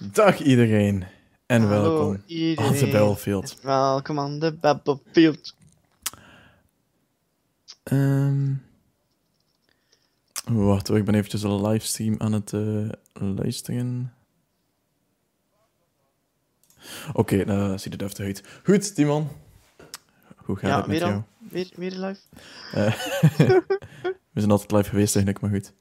Dag iedereen en Hallo welkom aan iedereen. de Battlefield. Welkom aan de Battlefield. Wacht, ik ben eventjes een livestream aan het luisteren. Oké, nou ziet het even uit. Goed, Timon. Hoe gaat het met jou? Weer live? We zijn altijd live geweest eigenlijk, maar goed.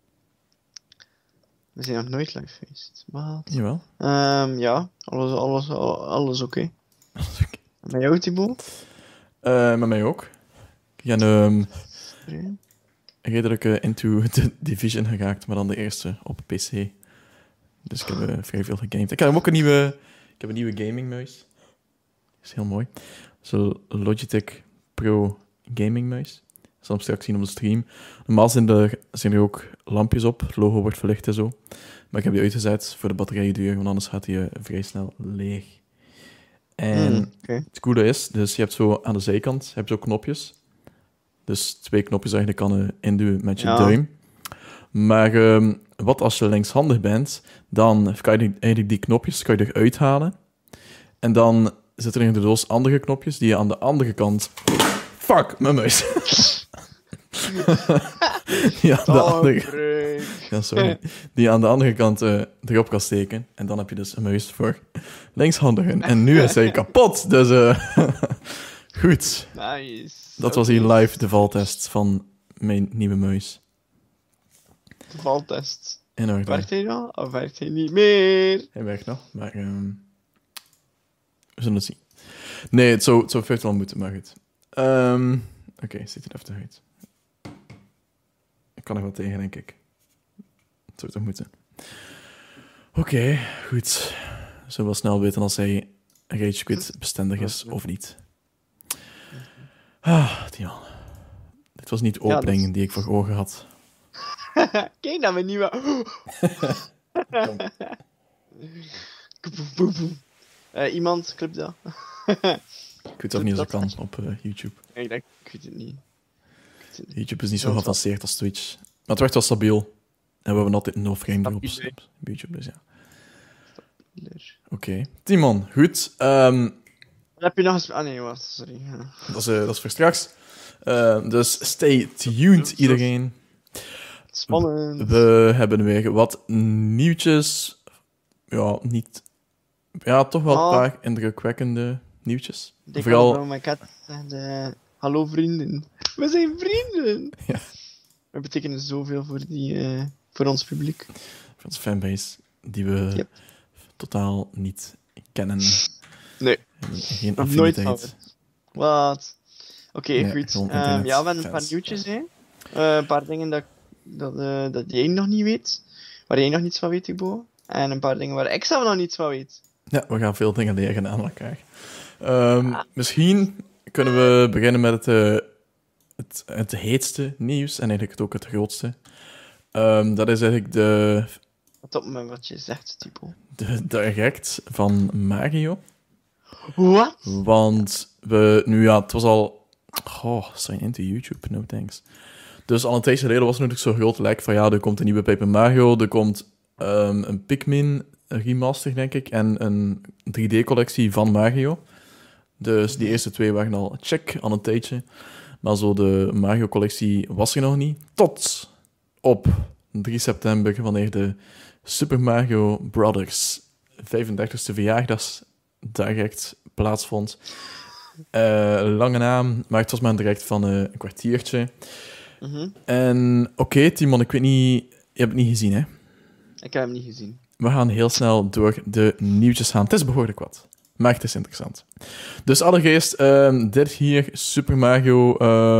We zijn nog nooit live geweest. Wat? Jawel. Ja, alles oké. Met jou, Thibaut? Met mij ook. Ik ben redelijk into The Division geraakt, maar dan de eerste op PC. Dus ik heb vrij veel gegamed. Ik heb ook een nieuwe gamingmuis. Dat is heel mooi. Zo'n Logitech Pro gamingmuis. Dat zal ik straks zien op de stream. Normaal zijn er ook lampjes op. Het logo wordt verlicht en zo. Maar ik heb die uitgezet voor de batterijduur, want anders gaat die vrij snel leeg. En Het coole is, dus je hebt zo aan de zijkant heb je zo knopjes. Dus 2 knopjes eigenlijk kan induwen met je duim. Maar wat als je linkshandig bent, dan kan je eigenlijk die knopjes kan je eruit halen. En dan zitten er in de doos andere knopjes die je aan de andere kant... Fuck, mijn muis. Die aan de andere kant erop kan steken. En dan heb je dus een muis voor linkshandigen. En nu is hij kapot, dus goed. Nice. Dat was hier live de valtest van mijn nieuwe muis. De valtest. In orde. Werkt hij nog? Of werkt hij niet meer? Hij werkt nog, maar we zullen het zien. Nee, het zou 50 wel moeten, maar goed. Oké, ziet er even uit. Ik kan er wat tegen, denk ik. Het zou toch moeten. Oké, goed. Zullen we wel snel weten als hij Rage Quit bestendig is of niet. Dion. Dit was niet de opening die ik voor ogen had. Kijk naar mijn nieuwe... Iemand, clip dat. Ik weet of niet als ik kan op YouTube. Ik weet het niet. YouTube is niet zo geavanceerd als Twitch. Maar het werd wel stabiel. En we hebben altijd no-frame drops op YouTube, dus ja. Oké. Timon, goed. Heb je nog eens... Ah nee, wacht, sorry. Dat is voor straks. Dus stay tuned, iedereen. Spannend. We hebben weer wat nieuwtjes. Ja, niet... Ja, toch wel een paar indrukwekkende nieuwtjes. Vooral... mijn kat en hallo vrienden. We zijn vrienden! Ja. We betekenen zoveel voor ons publiek. Voor onze fanbase, die we totaal niet kennen. Nee. Geen affiniteit. Nooit wat? Oké, goed. Ja, we hebben een paar nieuwtjes, hè. Een paar dingen dat jij nog niet weet. Waar jij nog niets van weet, Thibaut. En een paar dingen waar ik zelf nog niets van weet. Ja, we gaan veel dingen leren aan elkaar. Misschien kunnen we beginnen met het heetste nieuws. En eigenlijk ook het grootste. Dat is eigenlijk Wat op me wat je zegt, Thibaut. De direct van Mario. Wat? Want het was al... sign into YouTube, no thanks. Dus al een tijdje geleden was er natuurlijk zo'n groot lek van er komt een nieuwe Paper Mario, er komt een Pikmin remaster, denk ik, en een 3D-collectie van Mario. Dus die eerste 2 waren al check, al een tijdje. Maar zo de Mario-collectie was er nog niet. Tot op 3 september, wanneer de Super Mario Brothers 35e verjaardags direct plaatsvond. Lange naam, maar het was maar een direct van een kwartiertje. En oké, Timon, ik weet niet... Je hebt het niet gezien, hè? Ik heb hem niet gezien. We gaan heel snel door de nieuwtjes gaan. Het is behoorlijk wat, maar het is interessant. Dus allereerst, dit hier, Super Mario...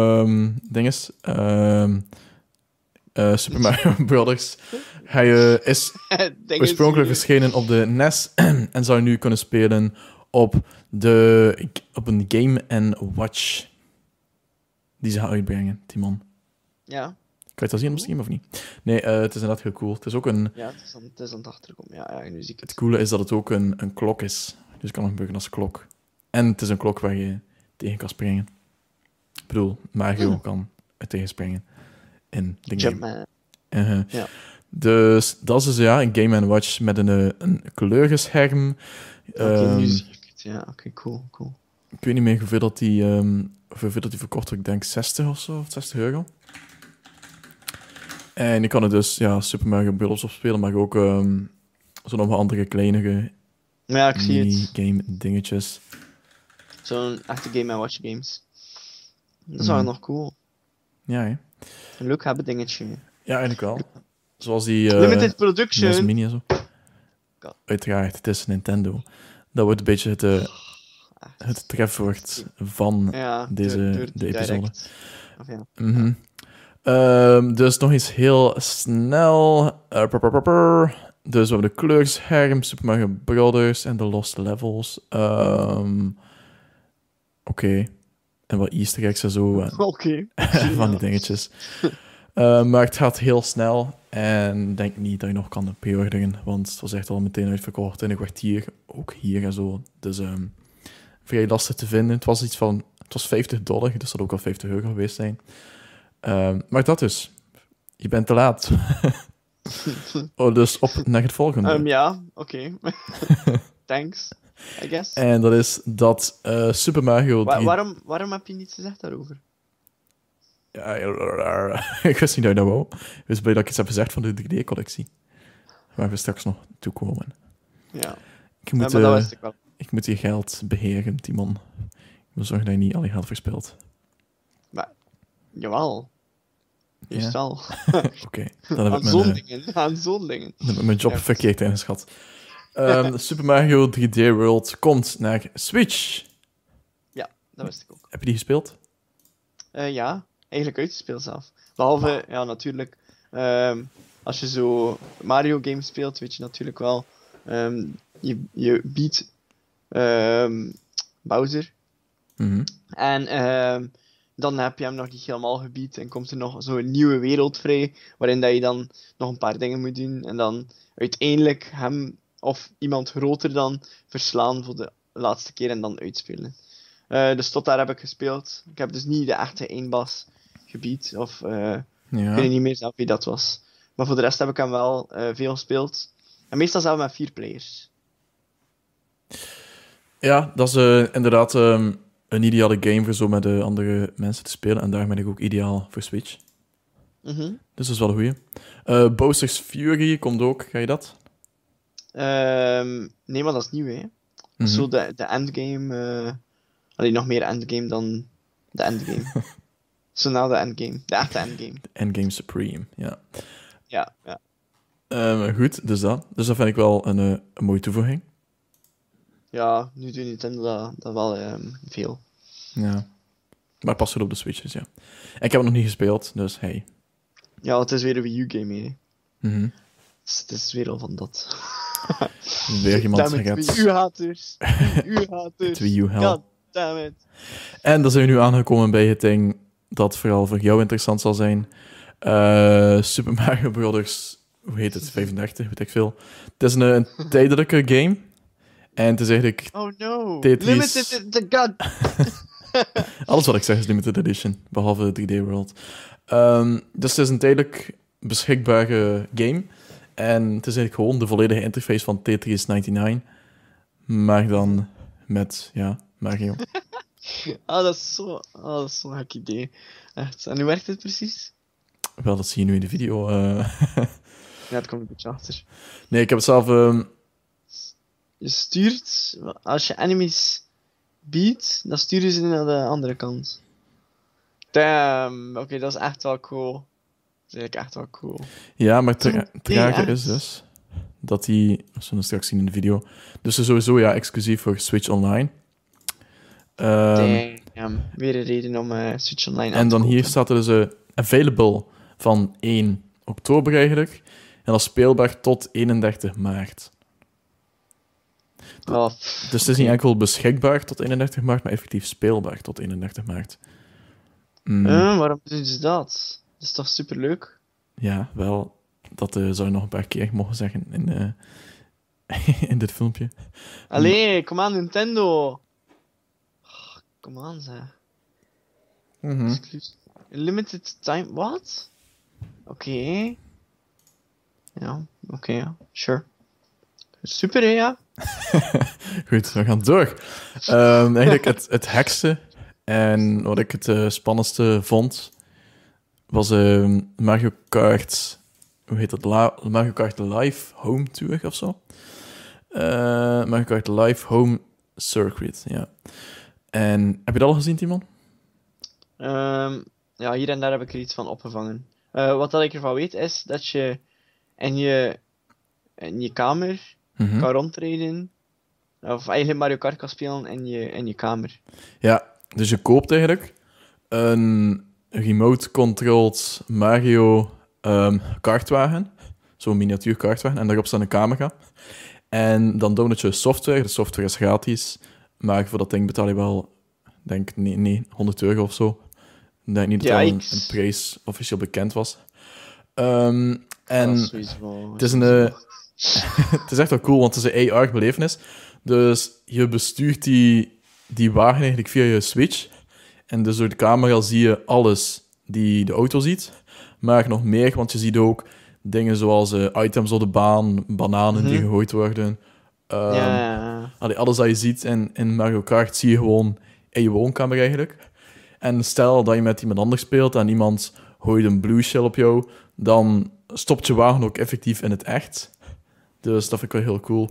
Super Mario Brothers. Hij is oorspronkelijk verschenen op de NES en zou nu kunnen spelen op een Game & Watch die ze gaan uitbrengen, Timon. Ja. Kan je het al zien op de stream of niet? Nee, het is inderdaad heel cool. Het is ook een... Ja, het is aan het achterkomen. Ja, nu zie ik het. Het coole is dat het ook een klok is. Dus het kan nog gebruiken als klok. En het is een klok waar je tegen kan springen. Ik bedoel, Mario kan er tegen springen in de game. Ja. Dus dat is dus ja, een Game & Watch met een kleurenscherm. Oké, nu zie ik het. Ja, oké, cool. Ik weet niet meer hoeveel dat die verkocht wordt. Ik denk 60 of zo, of 60 euro. En je kan er dus Super Mario Bros. Op spelen, maar ook zo nog wat andere kleinere Ja, ik zie het. game dingetjes. Zo'n echte Game & Watch games. Dat is wel nog cool. Ja, hè? Een leuk hebben dingetje. Ja, eigenlijk wel. Zoals die Limited NES production. Mini en zo. God. Uiteraard, het is Nintendo. Dat wordt een beetje het trefwoord van Ja, de episode. direct. Of ja. Mhm. Dus nog iets heel snel. Dus we hebben de kleurscherm, Super Mario Brothers en de Lost Levels. Oké. En wat easter eggs en zo. Oké. Van die dingetjes. Maar het gaat heel snel. En ik denk niet dat je nog kan pre-orderen. Want het was echt al meteen uitverkocht in een kwartier. Ook hier en zo. Dus vrij lastig te vinden. Het was het was $50. Dus dat zou ook al €50 geweest zijn. Maar dat dus. Je bent te laat. Dus op naar het volgende. Ja, oké. Thanks, I guess. En dat is dat Super Mario 3... Waarom heb je niets gezegd daarover? Ja, ik wist niet dat je dat wou. Ik was blij dat ik iets heb gezegd van de 3D-collectie. Waar we straks nog toe komen. Ja. Ik moet, maar dat wist ik wel. ik moet je geld beheren, Timon. Ik moet zorgen dat je niet al je geld verspilt. Jawel. Juist wel. Oké, dan heb ik Aan zo'n dingen. Dan heb ik mijn job verkeerd ingeschat. Super Mario 3D World komt naar Switch. Ja, dat wist ik ook. Heb je die gespeeld? Ja, eigenlijk uitgespeeld zelf. Behalve, ja, natuurlijk, als je zo Mario games speelt, weet je natuurlijk wel, je beat Bowser. Mhm. En dan heb je hem nog niet helemaal gebied en komt er nog zo'n nieuwe wereld vrij, waarin dat je dan nog een paar dingen moet doen en dan uiteindelijk hem of iemand groter dan verslaan voor de laatste keer en dan uitspelen. Dus tot daar heb ik gespeeld. Ik heb dus niet de echte eindbaas gebied, of ik weet niet meer zelf wie dat was. Maar voor de rest heb ik hem wel veel gespeeld. En meestal zelf met 4 players. Ja, dat is inderdaad een ideale game voor zo met andere mensen te spelen. En daar ben ik ook ideaal voor Switch. Mhm. Dus dat is wel een goeie. Bowser's Fury komt ook. Ga je dat? Nee, maar dat is nieuw, hè. Dat is zo de endgame. Alleen nog meer endgame dan de endgame. Zo nou de endgame. De echte endgame. Endgame Supreme, ja. Ja, ja. Goed, dus dat. Dus dat vind ik wel een mooie toevoeging. Ja, nu doet Nintendo dat wel veel. Ja. Maar past goed op de Switch, dus ja. En ik heb het nog niet gespeeld, dus hey. Ja, het is weer een Wii U-game, hè. Mhm. Het is weer al van dat. Weer iemand Damn it, gaat... Wii U-haters. Wii U-haters. Het Wii U hell. God damn it. En dan zijn we nu aangekomen bij het ding dat vooral voor jou interessant zal zijn. Super Mario Brothers, hoe heet het? 35, weet ik veel. Het is een tijdelijke game. En het is eigenlijk... Oh no. Tetris. Limited the god. Alles wat ik zeg is limited edition, behalve 3D World. Dus het is een tijdelijk beschikbare game. En het is eigenlijk gewoon de volledige interface van Tetris 99. Maar dan met, Mario. Dat is zo'n gek idee. Echt. En hoe werkt het precies? Wel, dat zie je nu in de video. Ja, het komt een beetje achter. Nee, ik heb het zelf... Je stuurt, als je enemies beat, dan stuur je ze naar de andere kant. Damn, oké, dat is echt wel cool. Dat is eigenlijk echt wel cool. Ja, maar het trage echt. is dus dat die... Dat zullen we straks zien in de video. Dus is sowieso exclusief voor Switch Online. Damn, weer een reden om Switch Online aan En te dan hier kopen. staat er dus available van 1 oktober eigenlijk. En dan speelbaar tot 31 maart. Oh, Dus het is niet enkel beschikbaar tot 31 maart, maar effectief speelbaar tot 31 maart. waarom doen ze dat? Dat is toch superleuk? Ja, wel. Dat zou je nog een paar keer mogen zeggen in dit filmpje. Allee, kom aan Nintendo! Oh, kom aan, zeg. Exclusive. Limited time, what? Oké. Ja, oké, ja. Sure. Super, hè, ja. Goed, we gaan door. Eigenlijk het hekste en wat ik het spannendste vond, was Mario Kart... Hoe heet dat? Mario Kart Live Home Tour of zo? Mario Kart Live Home Circuit, ja. En heb je dat al gezien, Timon? Ja, hier en daar heb ik er iets van opgevangen. Wat dat ik ervan weet, is dat je in je kamer Mhm. kan rondrijden. Of eigenlijk Mario Kart kan spelen in je kamer. Ja, dus je koopt eigenlijk een remote-controlled Mario kartwagen. Zo'n miniatuur kartwagen. En daarop staat een camera. En dan download je software. De software is gratis. Maar voor dat ding betaal je wel, denk nee, €100 of zo. Ik denk niet dat dat een Yikes. prijs officieel bekend was. Dat En is sowieso wel- het is het is echt wel cool, want het is een AR-belevenis. Dus je bestuurt die wagen eigenlijk via je Switch. En dus door de camera zie je alles die de auto ziet. Maar nog meer, want je ziet ook dingen zoals items op de baan, bananen die Mhm. gegooid worden. Ja. Alles dat je ziet in Mario Kart zie je gewoon in je woonkamer eigenlijk. En stel dat je met iemand anders speelt en iemand gooit een blue shell op jou, dan stopt je wagen ook effectief in het echt. Dus dat vind ik wel heel cool.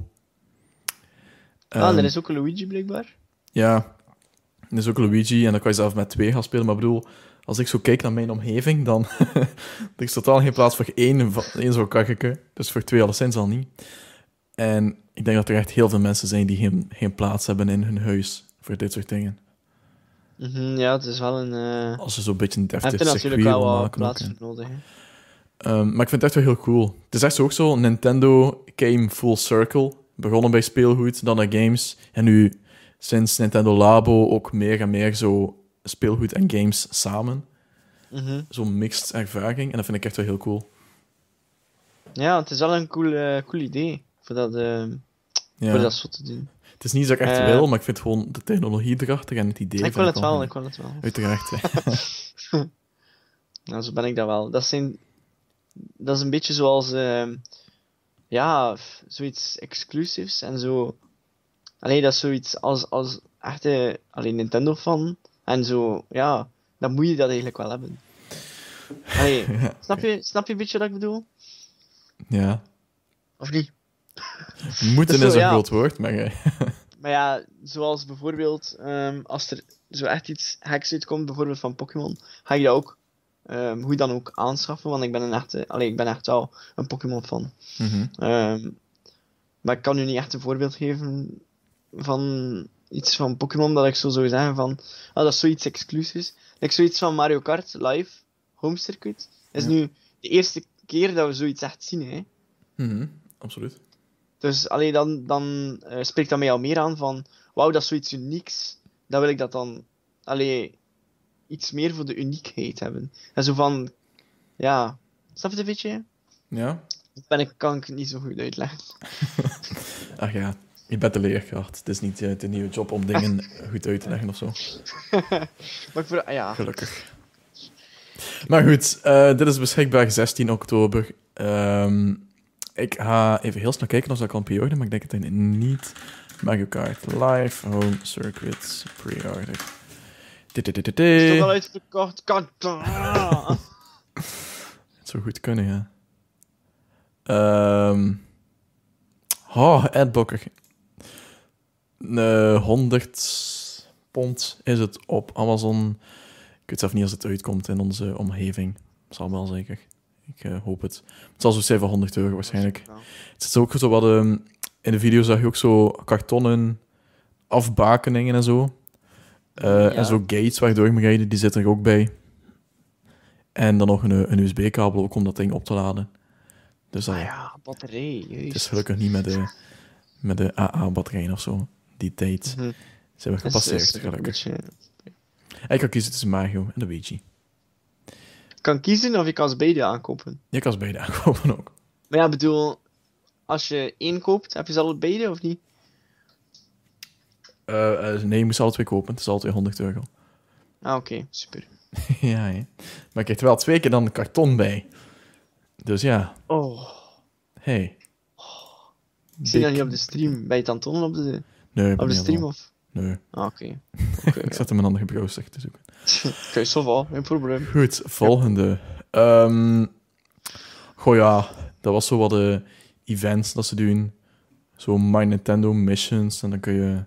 En Ehm, er is ook een Luigi blijkbaar. Ja, er is ook Luigi en dan kan je zelf met 2 gaan spelen. Maar ik bedoel, als ik zo kijk naar mijn omgeving, dan er is totaal geen plaats voor één zo'n karretje. Dus voor 2 alleszins al niet. En ik denk dat er echt heel veel mensen zijn die geen plaats hebben in hun huis voor dit soort dingen. Ja, het is wel een... Als je zo'n beetje een Je hebt deftig er circuit natuurlijk wel wil wat maken ook, plaats hè. voor nodig. Hè. Maar ik vind het echt wel heel cool. Het is echt ook zo, Nintendo came full circle. Begonnen bij speelgoed, dan naar games. En nu, sinds Nintendo Labo, ook meer en meer zo speelgoed en games samen. Mhm. Zo'n mixed ervaring. En dat vind ik echt wel heel cool. Ja, het is wel een cool idee voor dat Ja. zo te doen. Het is niet dat ik echt Eh, wil, maar ik vind gewoon de technologie erachter en het idee Ik vind wil het wel wel, goed. ik wil het wel. Uiteraard. hè. Nou, zo ben ik dat wel. Dat is een beetje zoals, ja, zoiets exclusives en zo. Alleen dat is zoiets als echte Nintendo-fan. En zo, ja, dan moet je dat eigenlijk wel hebben. Allee, Ja, snap je een beetje wat ik bedoel? ja. Of niet? Moeten Zo, is een ja. groot woord, maar... Maar ja, zoals bijvoorbeeld, als er zo echt iets hacks uitkomt, bijvoorbeeld van Pokémon, ga je dat ook, hoe dan ook, aanschaffen, want ik ben echt wel een Pokémon-fan. Mhm. Maar ik kan u niet echt een voorbeeld geven van iets van Pokémon dat ik zo zou zeggen van, dat is zoiets exclusiefs. Like zoiets van Mario Kart Live Home Circuit is Ja. nu de eerste keer dat we zoiets echt zien, hè. Mhm. Absoluut. Dus dan spreekt dat mij al meer aan van, wauw, dat is zoiets unieks. Dan wil ik dat dan, iets meer voor de uniekheid hebben. En zo van, ja, snap je het een beetje? Ja? Kan ik het niet zo goed uitleggen. Ach ja, je bent de leerkracht. Het is niet de nieuwe job om dingen goed uit te leggen of zo. Maar ja, Gelukkig. Maar goed, dit is beschikbaar 16 oktober. Ik ga even heel snel kijken of ik al een pre-order, maar ik denk het niet. Mario Kart Live Home Circuit pre-order. het is toch al uitverkocht. Het zou goed kunnen, ja. Adblocker. 100 pond is het op Amazon. Ik weet zelf niet als het uitkomt in onze omgeving. Zal wel zeker. Ik hoop het. Het zal zo zijn van €100 waarschijnlijk. Het is ook zo wat... in de video zag je ook zo kartonnen afbakeningen en zo. Ja. En zo gates waardoor je mag rijden, die zitten er ook bij. En dan nog een USB-kabel ook om dat ding op te laden. Dus dat, Ja, batterij, juist. het is gelukkig niet met de AA-batterijen of zo. Die tijd Mhm. zijn we Dat gepasseerd, is een gelukkig. beetje- En ik kan kiezen tussen Mario en Luigi. Je kan kiezen of je kan ze beide aankopen. Je kan ze beide aankopen ook. Maar ja, ik bedoel, als je één koopt, heb je ze al beide of niet? Nee, je moest alle 2 kopen. Het is altijd €100. Ah, oké, super. Ja, hè. Maar ik krijg er wel 2 keer dan de karton bij. Dus ja. Oh. Hey. Ik zie dat niet op de stream. Ben je het aan het tonen Nee, op de stream? Of? Nee. Ah, oké. Ik zat in mijn andere browser te zoeken. Oké, so va, geen probleem. Goed, volgende. Goh ja, dat was zo wat de events dat ze doen. Zo My Nintendo Missions. En dan kun je...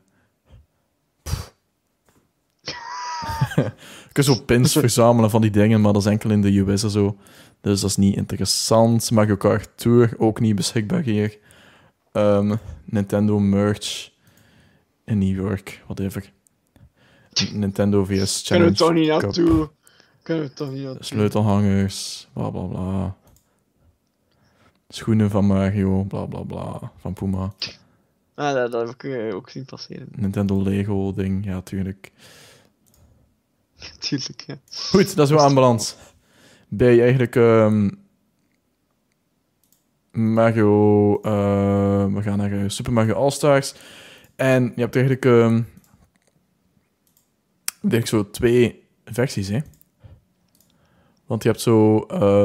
je kunt zo pins verzamelen van die dingen, maar dat is enkel in de US en zo. Dus dat is niet interessant. Mario Kart Tour, ook niet beschikbaar hier. Nintendo merch in New York, whatever. Nintendo VS Kunnen Challenge we toch niet Cup. naartoe? Kunnen we toch niet naartoe? Sleutelhangers, bla bla bla. Schoenen van Mario, bla bla bla. Van Puma. Ah, dat heb ik ook zien passeren. Nintendo Lego ding, ja, tuurlijk. Tuurlijk, ja. Goed, dat is wel aanbeland. Bij eigenlijk Mario... we gaan naar Super Mario All-Stars. En je hebt eigenlijk... zo 2 versies, hè. Want je hebt zo...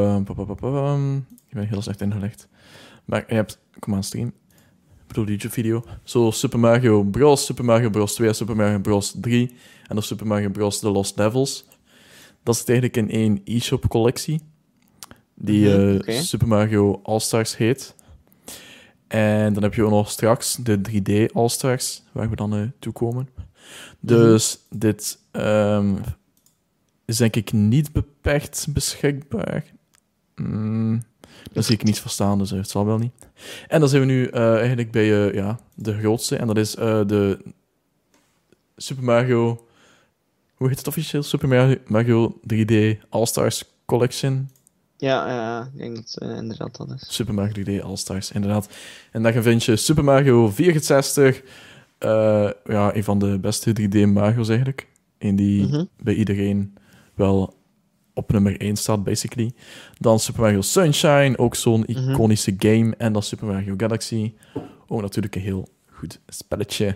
ik ben heel slecht ingelegd. Maar je hebt... Kom aan, stream. Ik bedoel, YouTube-video. Zo Super Mario Bros., Super Mario Bros. 2, Super Mario Bros. 3 en dan Super Mario Bros. The Lost Levels. Dat is eigenlijk in 1 e-shop-collectie. Die oké. Super Mario All-Stars heet. En dan heb je ook nog straks de 3D All-Stars, waar we dan toe komen. Dus dit is denk ik niet beperkt beschikbaar. Dat zie ik niet verstaan, dus het zal wel niet. En dan zijn we nu eigenlijk bij de grootste. En dat is de Super Mario... Hoe heet het officieel? Super Mario 3D All-Stars Collection. Ja, ik denk dat inderdaad dat is. Super Mario 3D All-Stars, inderdaad. En dan vind je Super Mario 64. Een van de beste 3D Mario's eigenlijk. En die bij iedereen wel op nummer 1 staat, basically. Dan Super Mario Sunshine, ook zo'n iconische game. En dan Super Mario Galaxy. Ook natuurlijk een heel goed spelletje.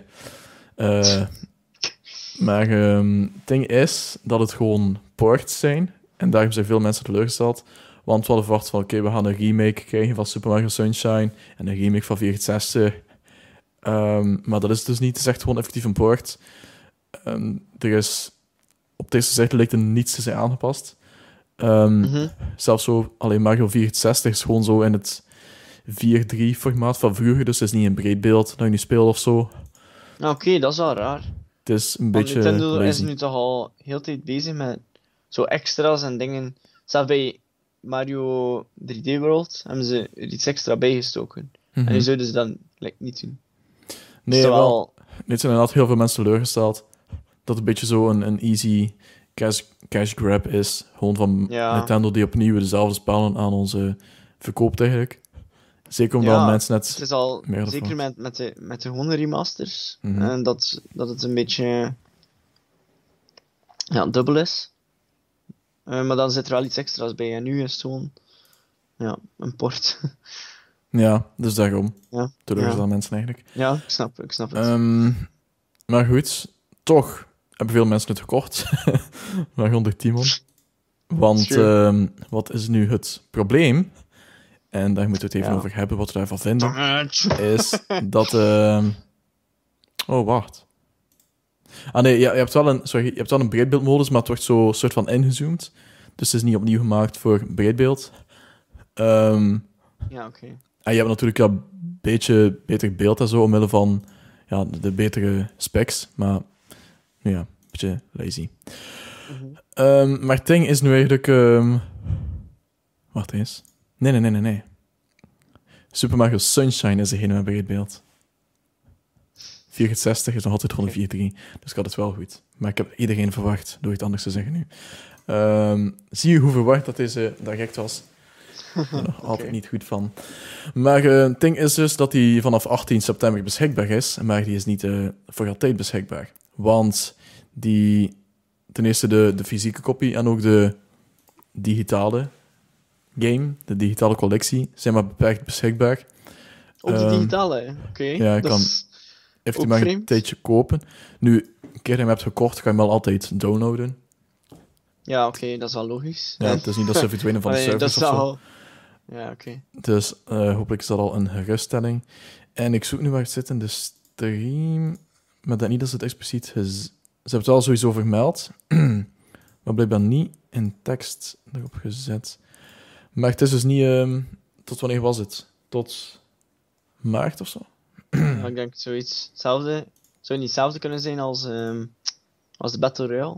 Maar het ding is dat het gewoon ports zijn. En daarom zijn veel mensen teleurgesteld. Want we hadden verwacht van, oké, we gaan een remake krijgen van Super Mario Sunshine. En een remake van 64. Maar dat is dus niet. Het is echt gewoon effectief een port. Er is... Op deze zijde lijkt er niets te zijn aangepast. Zelfs zo, alleen Mario 64 is gewoon zo in het 4:3 formaat van vroeger. Dus het is niet een breed beeld dat je nu speelt of zo. Oké, dat is wel raar. Het is een Want beetje Nintendo lazy. is nu toch al heel de tijd bezig met zo extra's en dingen. Zelfs bij Mario 3D World hebben ze er iets extra bijgestoken. En nu zouden ze dat niet doen. Nee, is toch wel. Dit zijn inderdaad heel veel mensen teleurgesteld. Dat het een beetje zo een easy cash grab is. Gewoon van Nintendo die opnieuw dezelfde spellen aan onze verkoopt eigenlijk. Zeker omdat mensen net... Het is al, meer zeker met de gewone remasters, en dat het een beetje dubbel is. Maar dan zit er wel iets extra's bij. En nu is het gewoon een port. Ja, dus daarom. Ja. Teleurgestelde mensen eigenlijk. Ja, ik snap het. Maar goed, toch hebben veel mensen het gekocht. Waaronder Timon. Want wat is nu het probleem? En daar moeten we het even over hebben, wat we daarvan vinden. Is dat... Oh, wacht. Ah nee, je hebt wel een breedbeeldmodus, maar het wordt zo soort van ingezoomd. Dus het is niet opnieuw gemaakt voor breedbeeld. Ja, oké. En je hebt natuurlijk een beetje beter beeld en zo, omwille van de betere specs. Maar een beetje lazy. Maar het ding is nu eigenlijk... Wacht eens. Nee. Super Mario Sunshine is degene met breedbeeld. 64 is nog altijd gewoon een 4:3. Dus ik had het wel goed. Maar ik heb iedereen verwacht, door iets anders te zeggen nu. Zie je hoe verwacht dat deze direct was? Ik ben er nog altijd niet goed van. Maar het ding is dus dat die vanaf 18 september beschikbaar is. Maar die is niet voor altijd beschikbaar. Want ten eerste de fysieke kopie en ook de digitale game, de digitale collectie, zijn maar beperkt beschikbaar. Op de digitale, oké. Ja, je kan even maar een tijdje kopen. Nu, een keer je hem hebt gekocht, kan je hem wel altijd downloaden. Ja, oké, dat is wel logisch. Ja, het is niet dat ze verdwenen van de servers of zo. Ja, oké. Dus hopelijk is dat al een geruststelling. En ik zoek nu waar het zit in de stream. Maar dat niet dat ze het expliciet... Ze hebben het wel sowieso vermeld. Maar blijkbaar niet in tekst erop gezet. Maar het is dus niet... tot wanneer was het? Tot maart of zo? Ja, ik denk zoiets hetzelfde. Zou niet hetzelfde kunnen zijn als de Battle Royale?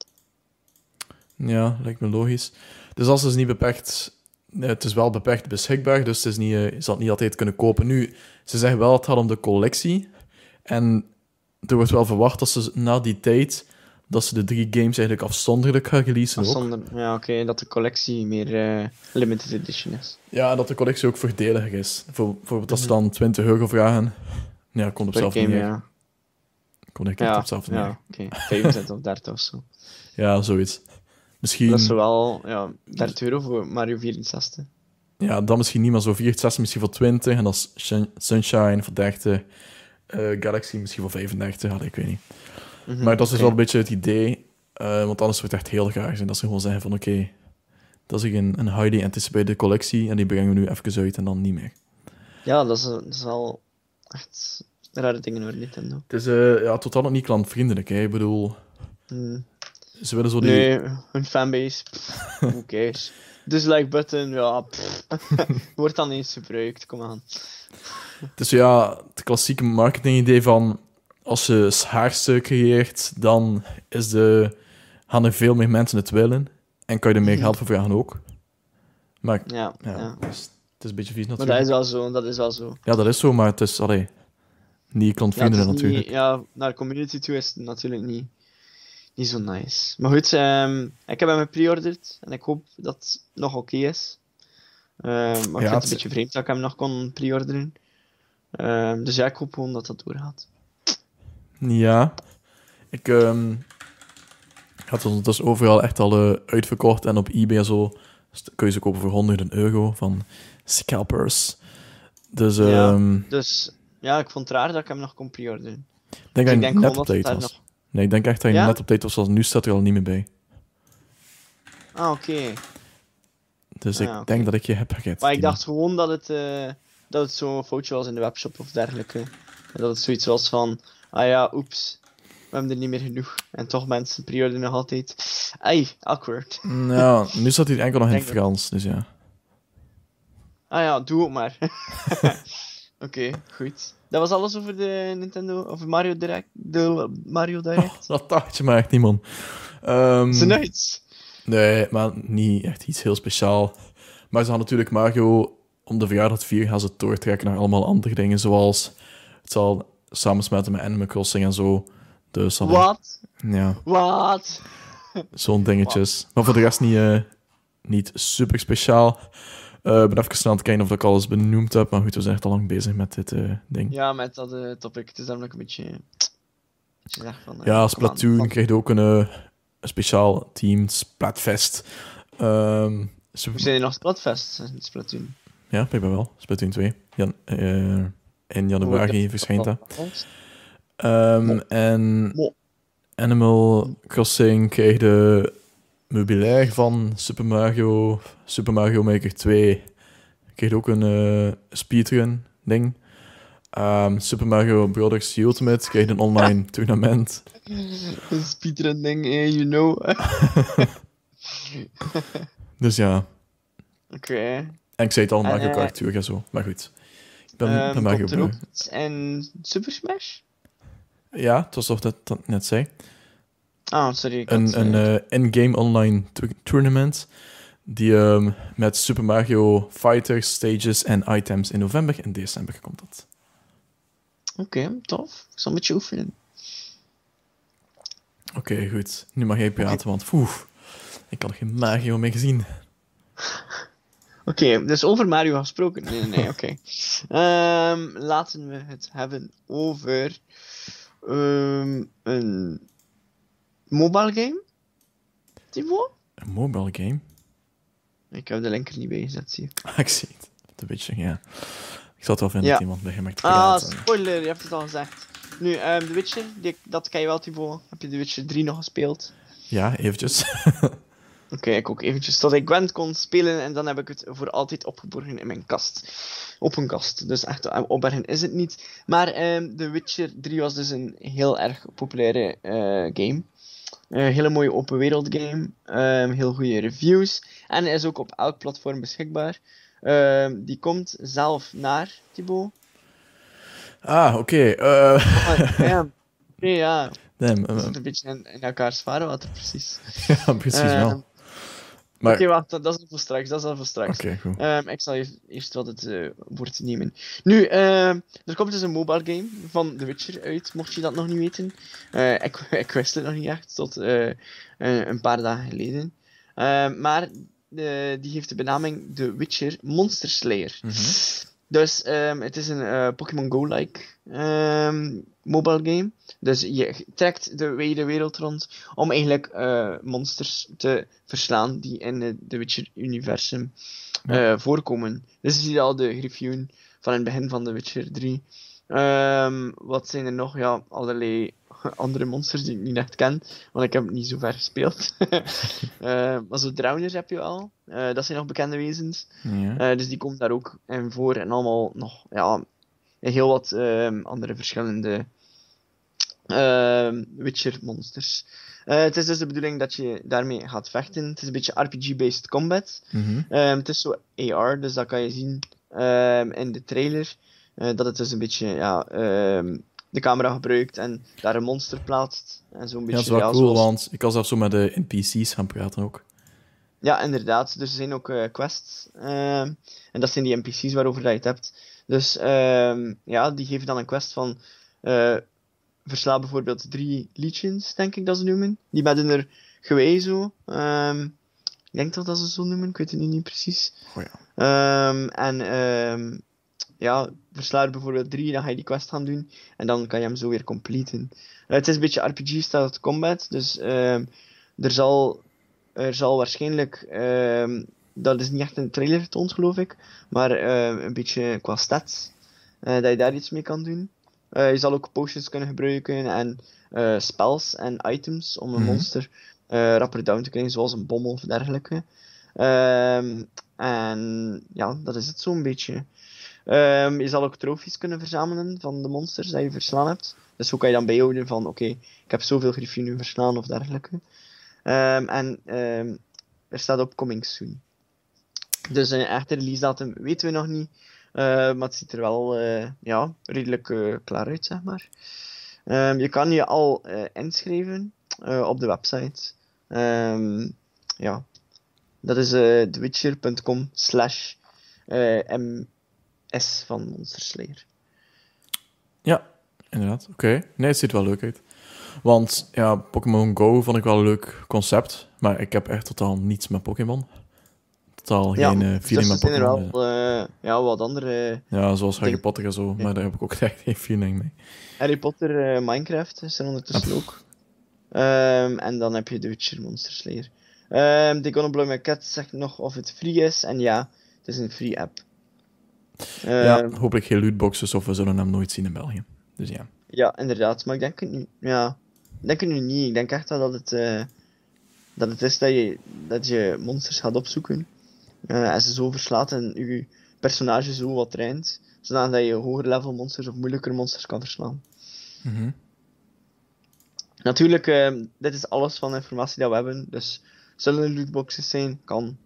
Ja, lijkt me logisch. Dus als het niet beperkt... Het is wel beperkt beschikbaar, dus het is niet, je zal het niet altijd kunnen kopen. Nu, ze zeggen wel, het gaat om de collectie. En er wordt wel verwacht dat ze na die tijd... dat ze de 3 games eigenlijk afzonderlijk gaan releasen ook. Ja, oké, dat de collectie meer limited edition is. Ja, en dat de collectie ook voordeliger is. Bijvoorbeeld als ze dan €20 vragen... Ja, komt op Per zelf game, niet neer. ja. Komt echt op zelf niet neer. Ja, oké. 25 of 30 of zo. Ja, zoiets. Misschien... Dat is wel, ja, €30 voor Mario 64. Ja, dan misschien niet, maar zo 64 misschien voor 20. En dan Sunshine voor 30. Galaxy misschien voor 35. Ja, ik weet niet. Maar dat is dus wel een beetje het idee. Want anders wordt het echt heel graag zijn dat ze gewoon zeggen van oké, dat is een highly anticipated collectie en die brengen we nu even uit en dan niet meer. Ja, dat is wel echt rare dingen voor Nintendo. Het is ja, totaal nog niet klantvriendelijk. Hè. Ik bedoel, ze willen zo die... Nee, hun fanbase, who cares. Dislike button, ja, wordt dan eens gebruikt, kom aan. Het is ja, het klassieke marketingidee van als je schaarste creëert, dan gaan er veel meer mensen het willen en kan je er meer geld voor vragen ook. Maar Ja. Dus, het is een beetje vies Maar natuurlijk. dat is wel zo. Ja, dat is zo, maar het is niet klantvriendelijk natuurlijk. Ja, naar de community toe is het natuurlijk niet zo nice. Maar goed, ik heb hem gepreorderd en ik hoop dat het nog oké is. Maar ik vind het een beetje vreemd dat ik hem nog kon preorderen. Dus ja, ik hoop gewoon dat dat doorgaat. Ja, ik had het dus overal echt al uitverkocht en op eBay en zo kun je ze kopen voor €100 van scalpers. Dus, dus ja, ik vond het raar dat ik hem nog kon preorderen. Ik denk net op tijd tijd was. Nee, ik denk echt dat je net op tijd was, zoals nu staat er al niet meer bij. Ah, oké. Dus ik denk dat ik je heb vergeten. Maar ik dacht gewoon dat het zo'n foutje was in de webshop of dergelijke. En dat het zoiets was van, ah ja, oeps, we hebben er niet meer genoeg. En toch mensen pre-orderen nog altijd. Ai, awkward. Nou, nu staat hij enkel nog in het Frans, dus ja. Ah ja, doe het maar. Oké, goed. Dat was alles over de Nintendo, over Mario Direct. De Mario Direct. Dat dacht je maar echt niet, man. Is er nog iets? Nee, maar niet echt iets heel speciaal. Maar ze gaan natuurlijk Mario, om de verjaardag vieren, gaan ze het doortrekken naar allemaal andere dingen, zoals het zal samensmelten met Animal Crossing en zo. Dus, Wat? Ja. Wat? Zo'n dingetjes. What? Maar voor de rest niet super speciaal. Ik ben even snel aan het kijken of ik alles benoemd heb, maar goed, we zijn echt al lang bezig met dit ding. Ja, met dat topic. Het is namelijk een beetje van, ja, Splatoon krijgt ook een speciaal team, Splatfest. Hoe zijn er nog Splatfest in Splatoon? Ja, blijkbaar wel. Splatoon 2. In januari verschijnt dat. En Animal Crossing krijgt de meubilair van Super Mario Maker 2. Krijgt ook een speedrun ding. Super Mario Bros. Ultimate krijgt een online tournament. Een speedrun ding, you know. Dus ja. Oké. En ik zei het al, Mario Kart terug en zo. Maar goed. Ik ben Mario Bros. En Super Smash? Ja, het was toch dat net zei. Ah, sorry. Een in-game online tournament die met Super Mario Fighters, stages en items in november en december komt dat. Oké, tof. Ik zal een beetje oefenen. Oké, goed. Nu mag jij praten, want ik had geen Mario meer gezien. Oké, dus over Mario gesproken. Nee, oké. Laten we het hebben over een mobile game? Tivo? Een mobile game? Ik heb de link er niet bij gezet, zie je. Ik zie het. Een beetje, ja. Ik zal het wel vinden dat iemand bij hem te praten. Ah, spoiler, je hebt het al gezegd. Nu, The Witcher, dat ken je wel, Tivo. Heb je The Witcher 3 nog gespeeld? Ja, eventjes. Oké, ik ook eventjes tot ik Gwent kon spelen en dan heb ik het voor altijd opgeborgen in mijn kast. Op een kast. Dus echt opbergen is het niet. Maar The Witcher 3 was dus een heel erg populaire game. Een hele mooie open wereld game. Heel goede reviews. En is ook op elk platform beschikbaar. Die komt zelf naar, Thibaut. Ah, oké. Ja. Oké, ja. Damn, We zitten een beetje in elkaars vaarwater, precies. ja, precies wel. Maar... Oké, wacht, dat is al voor straks. Dat is al voor straks. Oké, goed. Ik zal eerst wat het woord nemen. Nu, er komt dus een mobile game van The Witcher uit, mocht je dat nog niet weten. Ik wist het nog niet echt, tot een paar dagen geleden. Maar die heeft de benaming The Witcher Monster Slayer. Dus het is een Pokémon Go-like mobile game. Dus je trekt de wijde wereld rond om eigenlijk monsters te verslaan die in het The Witcher-universum voorkomen. Dus je ziet al de griffioen van het begin van The Witcher 3. Wat zijn er nog? Ja, allerlei andere monsters die ik niet echt ken, want ik heb het niet zo ver gespeeld. Maar zo drowners heb je al. Dat zijn nog bekende wezens. Ja. Dus die komt daar ook in voor. En allemaal nog heel wat andere verschillende Witcher-monsters. Het is dus de bedoeling dat je daarmee gaat vechten. Het is een beetje RPG-based combat. Het is zo AR, dus dat kan je zien in de trailer. Dat het dus een beetje de camera gebruikt en daar een monster plaatst. En zo'n beetje, dat is wel cool, want ik was daar zo met de NPC's gaan praten ook. Ja, inderdaad. Dus er zijn ook quests. En dat zijn die NPC's waarover dat je het hebt. Dus die geven dan een quest van... versla bijvoorbeeld 3 legions, denk ik dat ze noemen. Die met hun gewei zo. Ik denk dat ze zo noemen, ik weet het niet precies. Oh ja. Versla er bijvoorbeeld 3, dan ga je die quest gaan doen. En dan kan je hem zo weer completen. Het is een beetje RPG-style combat, dus er zal waarschijnlijk... dat is niet echt in de trailer getoond, geloof ik. Maar een beetje qua stats. Dat je daar iets mee kan doen. Je zal ook potions kunnen gebruiken en spells en items om een monster rapper down te krijgen, zoals een bom of dergelijke. En ja, dat is het zo'n beetje. Je zal ook trofies kunnen verzamelen van de monsters die je verslaan hebt. Dus hoe kan je dan bijhouden van, oké, ik heb zoveel griffioenen verslaan of dergelijke. Er staat op coming soon. Dus een echte release datum weten we nog niet. Maar het ziet er wel redelijk klaar uit, zeg maar. Je kan je al inschrijven op de website. Dat is thewitcher.com/ms van Monster Slayer. Ja, inderdaad. Oké. Nee, het ziet er wel leuk uit. Want ja, Pokémon Go vond ik wel een leuk concept, maar ik heb echt totaal niets met Pokémon. Totaal geen feeling met Pokémon. Er zijn er wel wat andere... Ja, zoals Harry Potter en zo, maar daar heb ik ook echt geen feeling mee. Harry Potter, Minecraft is er ondertussen ook. En dan heb je The Witcher Monster Slayer. The Gonna Blow My Cat zegt nog of het free is, en ja, het is een free app. Hopelijk geen lootboxes of we zullen hem nooit zien in België. Dus ja. Ja, inderdaad, maar ik denk het nu... Ja, ik denk het nu niet. Ik denk echt dat het is dat je monsters gaat opzoeken. En ze zo verslaat en je personage zo wat traint, zodat je hoger level monsters of moeilijker monsters kan verslaan. Natuurlijk, dit is alles van de informatie dat we hebben, dus zullen er lootboxes zijn? Kan.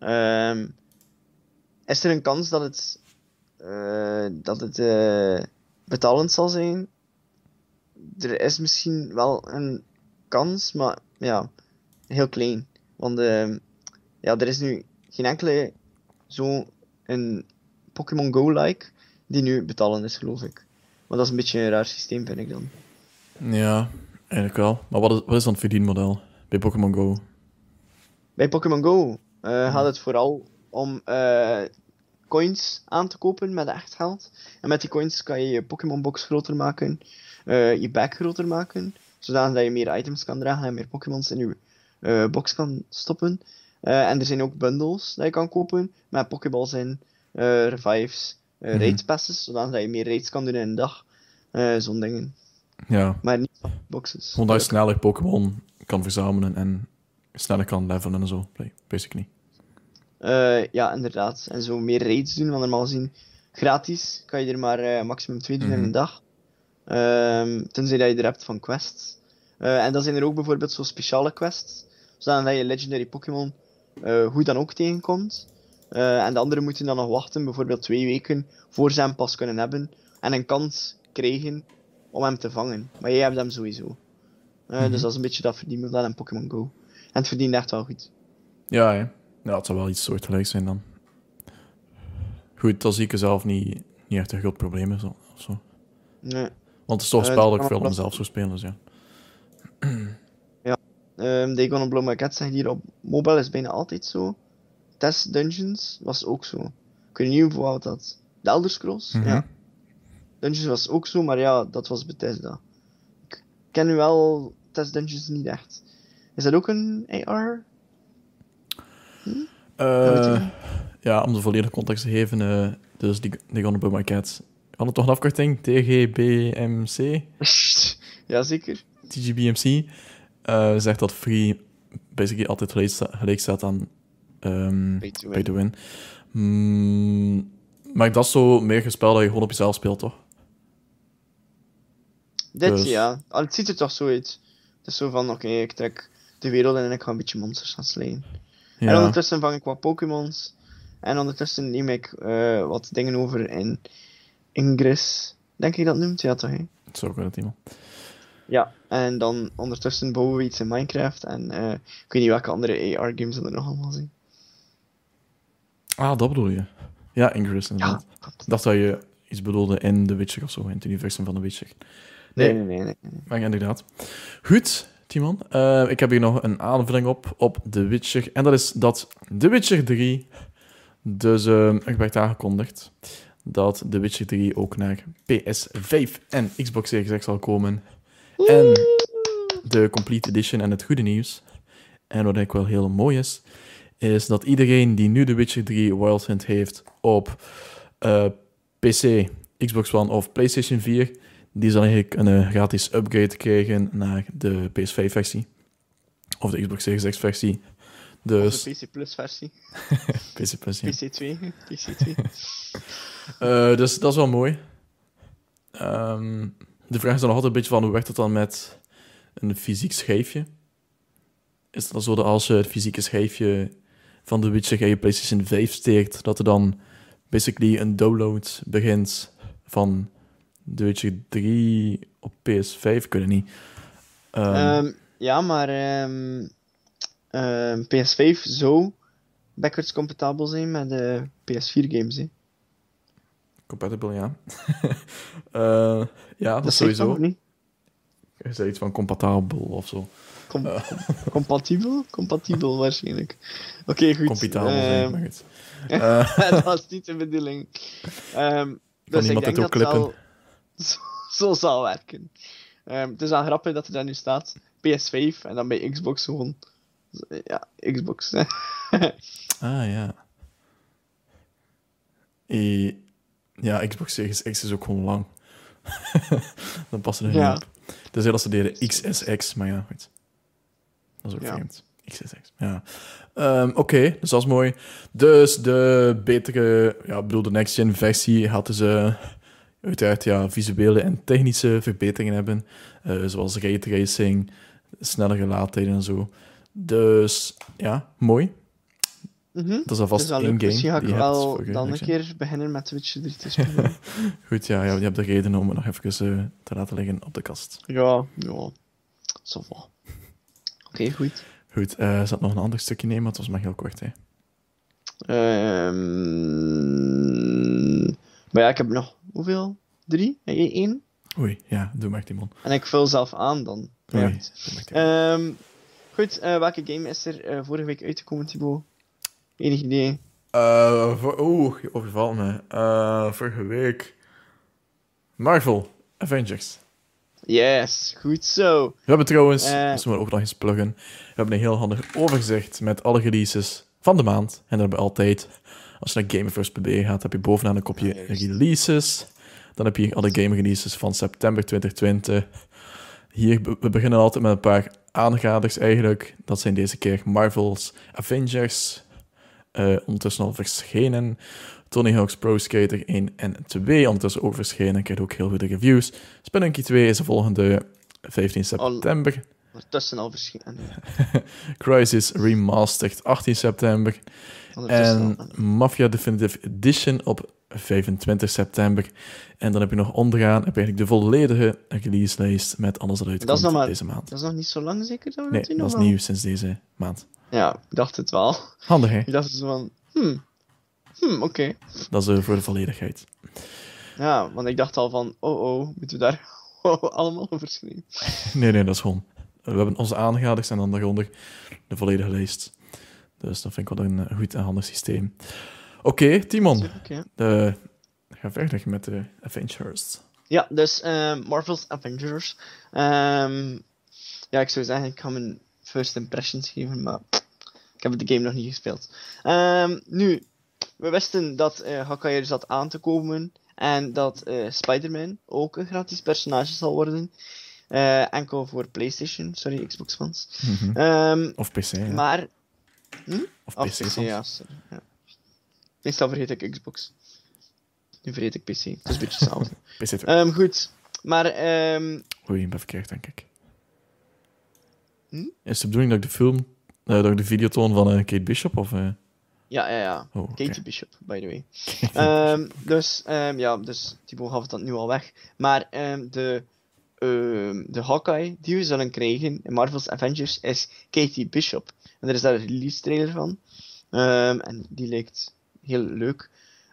Is er een kans dat het betalend zal zijn? Er is misschien wel een kans, maar ja, heel klein. Want er is nu geen enkele een Pokémon Go-like die nu betalend is, geloof ik. Maar dat is een beetje een raar systeem, vind ik dan. Ja, eigenlijk wel. Maar wat is dan het verdienmodel bij Pokémon Go? Bij Pokémon Go gaat het vooral om coins aan te kopen met echt geld. En met die coins kan je je Pokémon box groter maken, je bag groter maken, zodat je meer items kan dragen en meer Pokémons in je box kan stoppen. En er zijn ook bundles dat je kan kopen met Pokéballs in, revives, raids passes, zodat je meer raids kan doen in een dag. Zo'n dingen. Ja. Maar niet boxes. Gewoon dat je sneller Pokémon kan verzamelen en sneller kan levelen en zo, basically. Ja, inderdaad. En zo meer raids doen, want normaal gezien gratis kan je er maar maximum 2 doen in een dag. Tenzij dat je er hebt van quests. En dan zijn er ook bijvoorbeeld zo speciale quests, zodat je legendary Pokémon hoe dan ook tegenkomt. En de anderen moeten dan nog wachten, bijvoorbeeld 2 weken, voor ze hem pas kunnen hebben. En een kans krijgen om hem te vangen. Maar jij hebt hem sowieso. Dus dat is een beetje dat verdienmodel in Pokémon Go. En het verdient echt wel goed. Ja, hè. Ja, het zou wel iets soortgelijks zijn dan. Goed, dat zie ik er zelf niet echt een groot probleem is of zo. Nee. Want het is toch een spel dat ik veel om zelf zou spelen, dus ja. They Gonna Blow My Cat zegt hier op mobile is bijna altijd zo. Test Dungeons was ook zo. Ik weet niet hoe oud dat. De Elder Scrolls? Ja. Dungeons was ook zo, maar ja, dat was Bethesda. Ik ken nu wel Test Dungeons niet echt. Is dat ook een AR? Ja, om de volledige context te geven, dus die Gonna Blow My Cat. Had het toch een afkorting? TGBMC? Jazeker. TGBMC. Zegt dat free basically altijd gelijk staat aan pay to win. Maar dat is zo meer een spel dat je gewoon op jezelf speelt, toch? Dit, Dus- ja. Het ziet er toch zo uit. Het is zo van, oké, ik trek de wereld in en ik ga een beetje monsters gaan slaan. En Ja, ondertussen vang ik wat Pokémons. En ondertussen neem ik wat dingen over in Ingress. Denk ik dat noemt? Ja, toch, hè? dat zou ook wel het iemand. Ja, en dan ondertussen bouwen we iets in Minecraft. En ik weet niet welke andere AR-games er nog allemaal zijn. Ah, dat bedoel je. Ja, Ingress inderdaad. Ik dacht dat je iets bedoelde in The Witcher of zo, in het universum van The Witcher. Nee. Maar inderdaad. Goed, Timon. Ik heb hier nog een aanvulling op The Witcher. En dat is dat The Witcher 3... Dus er werd aangekondigd dat The Witcher 3 ook naar PS5 en Xbox Series X zal komen. En de Complete Edition en het goede nieuws, en wat eigenlijk wel heel mooi is dat iedereen die nu The Witcher 3 Wild Hunt heeft op PC, Xbox One of PlayStation 4, die zal eigenlijk een gratis upgrade krijgen naar de PS5-versie. Of de Xbox Series X-versie. Dus... Of de PC Plus versie. PC Plus, ja. PC2. PC2. Dus dat is wel mooi. De vraag is dan nog altijd een beetje van, hoe werkt het dan met een fysiek schijfje? Is het dan zo dat als je het fysieke schijfje van The Witcher in je PlayStation 5 steekt, dat er dan basically een download begint van The Witcher 3 op PS5? Ik weet het niet. Ja, maar PS5 zou backwards compatibel zijn met de PS4 games, hè. Compatible, ja. Ja, dat is zegt sowieso. toch niet? Je zei iets van compatibel of zo. Compatibel? Compatibel waarschijnlijk. Oké, goed. Compatibel zijn, maar goed. Dat was niet de bedoeling. Dus ik iemand denk het dat ook klippen? zo zal werken. Het is wel grappig dat er daar nu staat PS5 en dan bij Xbox gewoon... Ja, Xbox. Ja. Ja, Xbox Series X is ook gewoon lang. Dan past er Ja. niet op. Dus dat ze deden XSX, maar ja, goed. Dat is ook Ja. vreemd. XSX, ja. Oké, dus dat is mooi. Dus de betere, ja, ik bedoel, de next-gen versie hadden ze uiteraard visuele en technische verbeteringen hebben. Zoals raytracing, snellere laadtijden en zo. Dus ja, mooi. Dat is alvast Dus wel één leuk. game Misschien ga ik die je hebt wel voor dan een next-gen. keer beginnen met Witcher 3 te spelen. Goed, ja, je hebt de reden om het nog even te laten liggen op de kast. ja. Zo va. Oké, goed. Goed, zat nog een ander stukje nemen, maar het was maar heel kort, hè. Maar ja, ik heb nog... Hoeveel? 3? Heb jij 1? Oei, ja, doe maar, Timon. En ik vul zelf aan dan. Oei, Ja. doe maar, Timon. Goed, welke game is er vorige week uitgekomen, Thibaut? Enig idee? Je overvalt me. Vorige week... Marvel Avengers. Yes, goed zo. We hebben trouwens, Eh. dat moeten we ook nog eens pluggen, we hebben een heel handig overzicht met alle releases van de maand. En dat hebben we altijd, als je naar Gamerverse.be gaat, heb je bovenaan een kopje Juist. releases. Dan heb je hier alle game releases van september 2020. hier, we beginnen altijd met een paar aanraders eigenlijk. Dat zijn deze keer Marvel's Avengers. Ondertussen al verschenen. Tony Hawk's Pro Skater 1 en 2. Ondertussen ook verschenen. Krijgt ook heel goede reviews. Spelunky 2 is de volgende 15 september. Ondertussen al verschenen. Crysis Remastered 18 september. En Mafia Definitive Edition op 25 september. En dan heb je nog onderaan heb je eigenlijk de volledige release-lijst met alles dat uitkomt deze maand. Dat is nog niet zo lang zeker? Nee, dat is nieuw sinds deze maand. Ja, ik dacht het wel. Handig, hè? Ik dacht zo van, oké. Dat is voor de volledigheid. Ja, want ik dacht al van, moeten we daar allemaal over schrijven? Nee, dat is gewoon... We hebben onze aangehadigd en dan daaronder de volledige lijst. Dus dat vind ik wel een goed en handig systeem. Oké, Timon. Ga verder met de Avengers. Ja, dus Marvel's Avengers. Ja, ik zou zeggen, ik ga mijn first impressions geven, maar ik heb de game nog niet gespeeld. Nu, we wisten dat Hawkeye er zat aan te komen en dat Spider-Man ook een gratis personage zal worden. Enkel voor PlayStation, sorry, Xbox fans. Of PC, ja. Maar... Of PC, ja, sorry. Ja. Meestal vergeet ik Xbox. Nu vergeet ik PC. Het is een beetje hetzelfde. PC goed, maar... Oei, ik ben verkeerd, denk ik. Is de bedoeling dat ik de film... dat ik de video toon van Kate Bishop, of... Ja. Oh, okay. Katie Bishop, by the way. Dus Thibaut gaf het dan nu al weg. Maar de Hawkeye die we zullen krijgen in Marvel's Avengers is Katie Bishop. En er is daar een release trailer van. En die lijkt heel leuk.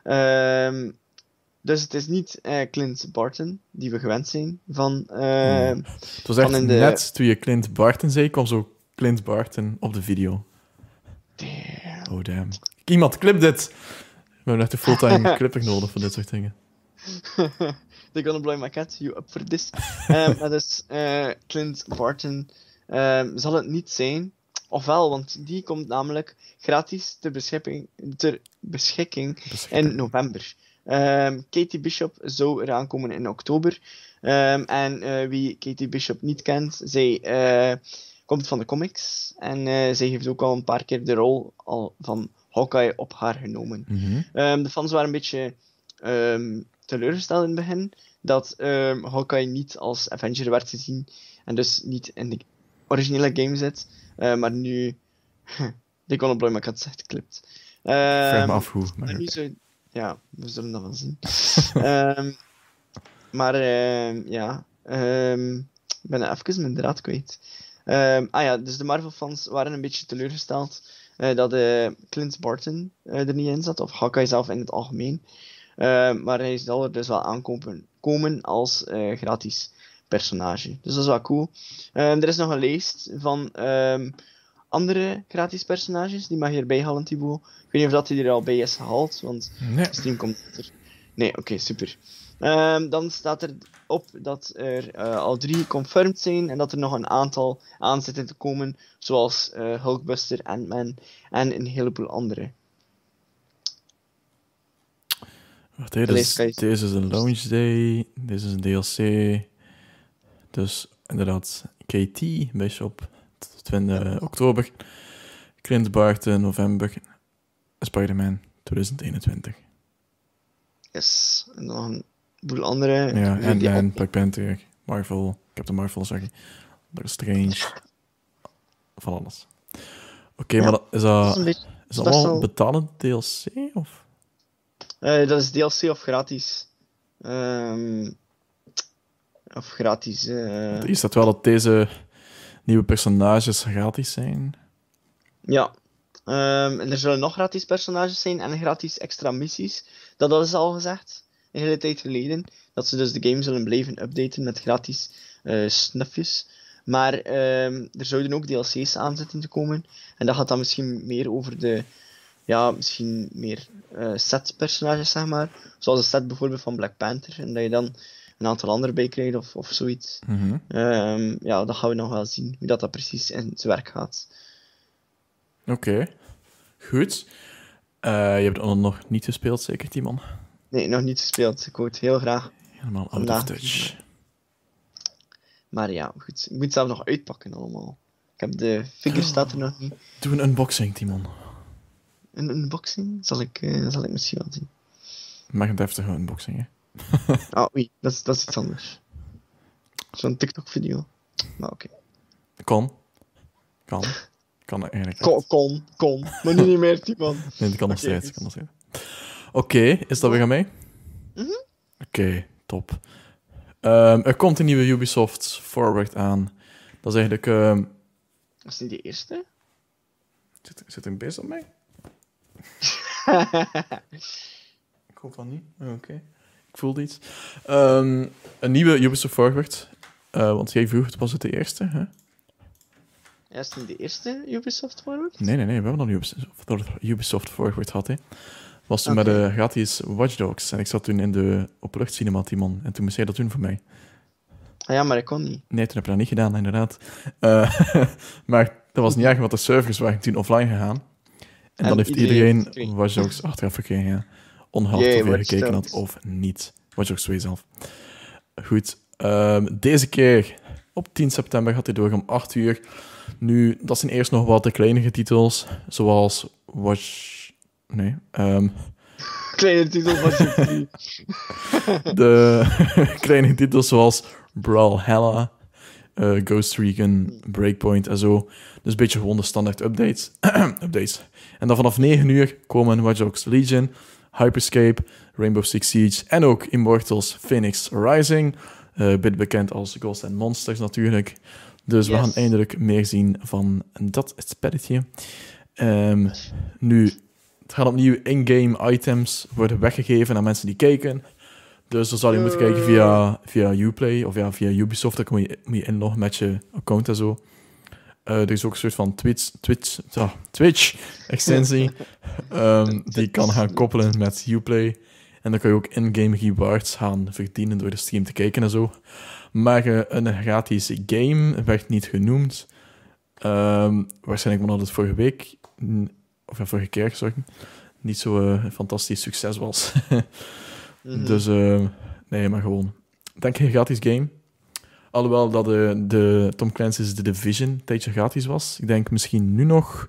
Dus het is niet Clint Barton, die we gewend zijn van... Het was echt net toen je Clint Barton zei, kwam zo Clint Barton op de video. Damn. Oh, damn. Iemand, clip dit! We hebben echt een fulltime clipper nodig voor dit soort dingen. They're gonna blow my cat, you up for this? Maar dus Clint Barton zal het niet zijn. Ofwel, want die komt namelijk gratis ter beschikking in november. Katie Bishop zou eraan komen in oktober. En wie Katie Bishop niet kent, zij komt van de comics. En zij heeft ook al een paar keer de rol van Hawkeye op haar genomen. De fans waren een beetje teleurgesteld in het begin dat Hawkeye niet als Avenger werd gezien en dus niet in de originele game zit. Maar nu they gonna blow my cat zegt klipt. Vraag me af hoe. Maar nu zo, ja, we zullen dat wel zien. Ik ben even mijn draad kwijt. Dus de Marvel-fans waren een beetje teleurgesteld dat Clint Barton er niet in zat, of Hawkeye zelf in het algemeen. Maar hij zal er dus wel aankomen als gratis personage. Dus dat is wel cool. Er is nog een lijst van andere gratis personages. Die mag je erbij halen, Thibaut. Ik weet niet of dat hij er al bij is gehaald, want nee. Steam komt er. Nee, oké, super. Dan staat er op dat er al 3 confirmed zijn en dat er nog een aantal aan zitten te komen, zoals Hulkbuster, Ant-Man en een heleboel andere. Wacht, deze is een launch day, deze is een DLC. Dus inderdaad, KT, Bishop, 20 oktober. Clint Barton, november. Spider-Man, 2021. Yes, en nog een boel andere. Ja, Ant-Man, Black Panther, Marvel, Captain Marvel, zeg je. Doctor Strange. Van alles. Oké, maar is dat allemaal betalend DLC, of? Dat is DLC of gratis. Of gratis. Hier staat wel dat deze nieuwe personages gratis zijn. Ja. En er zullen nog gratis personages zijn en gratis extra missies. Dat is al gezegd. Een hele tijd geleden. Dat ze dus de game zullen blijven updaten met gratis snufjes. Maar er zouden ook DLC's aan zitten te komen. En dat gaat dan misschien meer over de... Ja, misschien meer set-personages, zeg maar. Zoals de set bijvoorbeeld van Black Panther. En dat je dan een aantal anderen bij krijgt of zoiets. Ja, dat gaan we nog wel zien. Hoe dat precies in zijn werk gaat. Oké. Goed. Je hebt het nog niet gespeeld, zeker, Timon? Nee, nog niet gespeeld. Ik wou het heel graag. Helemaal out of touch. Maar ja, goed. Ik moet het zelf nog uitpakken allemaal. Ik heb de figure staat er nog niet. Doe een unboxing, Timon. Een unboxing? Zal ik misschien wel zien. Mag een deftige unboxing, hè? Ah, oei. Dat is iets anders. Zo'n TikTok-video. Maar oké. Kan eigenlijk. Kon. Maar nu niet meer, Timon. Nee, dat kan nog Oké, steeds. dus- Oké, is dat weer aan mij? Mhm. Oké, top. Er komt een nieuwe Ubisoft Forward aan. Dat is eigenlijk... Was het niet de eerste? Zit er een beest op mij? Ik hoop van niet. Oké. Ik voelde iets. Een nieuwe Ubisoft Forward. Want jij vroeg, was het de eerste, hè? Ja, is het niet de eerste Ubisoft Forward? Nee. We hebben nog Ubisoft Forward gehad, hè. Was toen Oké. met de gratis Watch Dogs. En ik zat toen in de openluchtcinema, Timon. En toen moest jij dat doen voor mij. Ah ja, maar ik kon niet. Nee, toen heb je dat niet gedaan, inderdaad. Maar dat was niet erg, want de servers waren toen offline gegaan. En dan heeft iedereen iedereen gekregen. Watch Dogs achteraf gekregen, ja. Ongeacht Jee, of je Watch gekeken had Dogs. of niet. Watch Dogs 2 zelf. Goed. Deze keer, op 10 september, gaat hij door om 8 uur. Nu, dat zijn eerst nog wat de kleinere titels, zoals Nee. Kleine titel van Symphony. De kleine titels zoals Brawlhalla, Ghost Recon, Breakpoint en zo. Dus een beetje gewoon de standaard updates. En dan vanaf 9 uur komen Watch Dogs Legion, Hyperscape, Rainbow Six Siege en ook Immortals Phoenix Rising. Bit bekend als Ghosts and Monsters natuurlijk. Dus we Yes. gaan eindelijk meer zien van dat spelletje. Nu, het gaat opnieuw in-game items worden weggegeven aan mensen die kijken. Dus dan zal je moeten kijken via Uplay of ja, via Ubisoft. Dan moet je inloggen met je account en zo. Er is ook een soort van Twitch-extensie die je kan gaan koppelen met Uplay. En dan kan je ook in-game rewards gaan verdienen door de stream te kijken en zo. Maar een gratis game werd niet genoemd. Waarschijnlijk omdat het vorige week, of ja, vorige keer, sorry, niet zo een fantastisch succes was. Mhm. Dus nee, maar gewoon. Denk een gratis game. Alhoewel dat de Tom Clancy's The Division een tijdje gratis was. Ik denk misschien nu nog.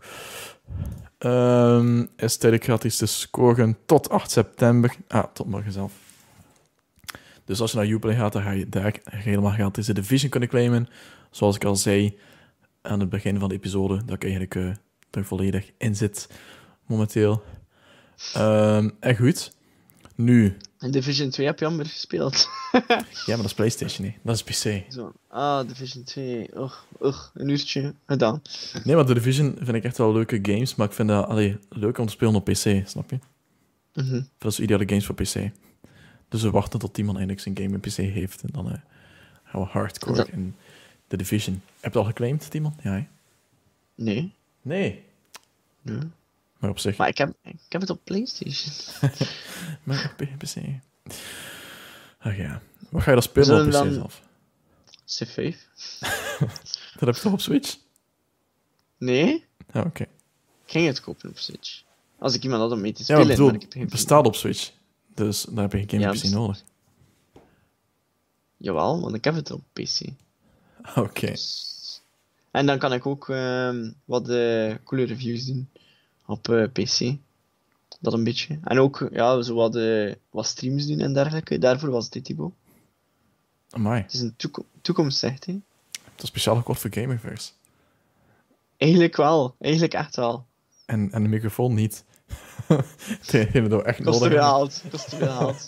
Is tijdelijk gratis te scoren tot 8 september. Tot morgen zelf. Dus als je naar Uplay gaat, dan ga je daar helemaal gratis The Division kunnen claimen. Zoals ik al zei aan het begin van de episode, dat ik eigenlijk er volledig in zit momenteel. En goed. Nu. En Division 2 heb je amper gespeeld. Ja, maar dat is PlayStation, hè. Dat is PC. Zo. Division 2. Een uurtje gedaan. Nee, maar The Division vind ik echt wel leuke games, maar ik vind dat leuk om te spelen op PC, snap je? Mhm. Dat is ideale games voor PC. Dus we wachten tot iemand eindelijk zijn game in PC heeft en dan gaan we hardcore Dat- in The Division. Heb je het al geclaimd, Timon? Ja, hè? Nee. Nee. Nee. Maar op zich. Maar ik heb het op PlayStation. Maar op PC. Ach ja. Wat ga je dan spelen op PC Zullen we dan- zelf? Civ 5? Dat heb je toch op Switch? Nee? Ja, oké. Ik ging het kopen op Switch. Als ik iemand had om mee te Ja, spelen. maar ik bedoel, maar ik heb geen het bestaat op Switch. Dus daar heb je geen game Ja, op PC dus- nodig. Jawel, want ik heb het op PC. Oké. En dan kan ik ook wat coole reviews doen op PC. Dat een beetje. En ook ja, zo wat streams doen en dergelijke. Daarvoor was dit Thibaut. Amai. Het is een toekomst, zegt hij. Dat is speciaal gekocht voor Gamerverse. Eigenlijk wel. Eigenlijk echt wel. En de microfoon niet. Degene dat we echt Kost nodig er hebben. gehaald. Kost er gehaald.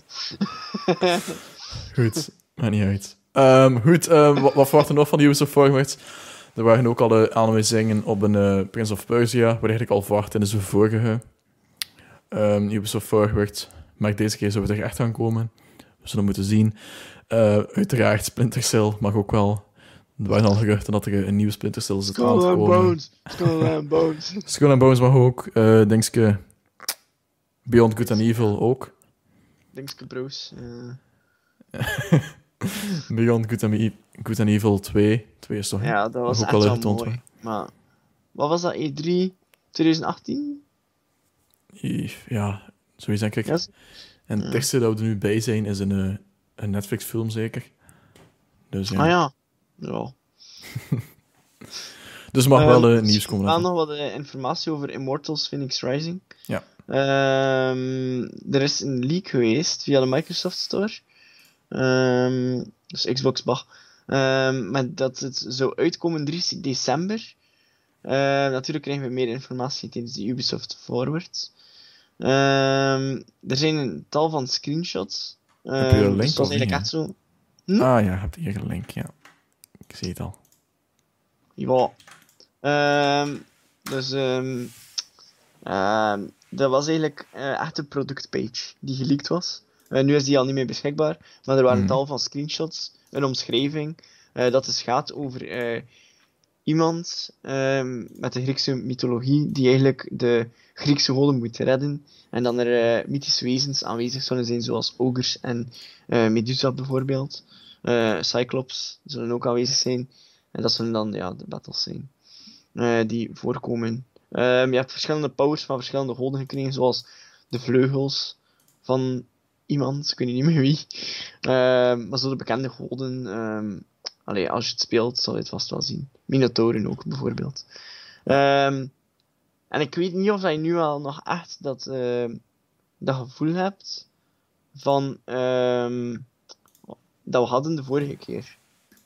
Goed, maakt niet uit. Goed, wat verwachten we nog van de Ubisoft Forward? Er waren ook al de aanwijzingen op een Prince of Persia, waar eigenlijk al verwacht in de vorige Ubisoft Forward. Maar deze keer zou het er echt aan komen. We zullen moeten zien. Uiteraard, Splinter Cell mag ook wel. Er waren al geruchten dat er een nieuwe Splinter Cell zit aan te Skull and komen. Bones. Skull and Bones. Skull and Bones mag ook. Denkske Beyond Good and Evil ook. Dingske bros. Beyond Good and Evil 2. 2 is toch... Ja, dat was ook echt al wel getoond mooi. worden. Maar wat was dat? E3 2018? Ja, zoiets denk ik. Ja, En het eerste dat we er nu bij zijn is een Netflix-film zeker. Dus ja. Ah ja. Ja. Dus er mag wel nieuws komen. Wel nog wat informatie over Immortals Phoenix Rising. Ja. Er is een leak geweest via de Microsoft Store. Dus Xbox Bach. Maar dat het zou uitkomen 3 december. Natuurlijk krijgen we meer informatie tijdens de Ubisoft Forward. Er zijn een tal van screenshots. Heb je een link dus het was of niet, eigenlijk echt zo... Ah ja, je hebt hier een link, ja. Ik zie het al. Ja. Dat was eigenlijk echt een productpage die geleakt was. Nu is die al niet meer beschikbaar, maar er waren een tal van screenshots, een omschrijving, dat dus gaat over iemand met de Griekse mythologie die eigenlijk de Griekse goden moet redden. En dan er mythische wezens aanwezig zullen zijn, zoals ogers en Medusa bijvoorbeeld. Cyclops zullen ook aanwezig zijn. En dat zullen dan de battles zijn die voorkomen. Je hebt verschillende powers van verschillende goden gekregen, zoals de vleugels van iemand, ik weet niet meer wie. Maar zo de bekende goden, als je het speelt, zal je het vast wel zien. Minotauren ook, bijvoorbeeld. En ik weet niet of je nu al nog echt dat gevoel hebt van dat we hadden de vorige keer.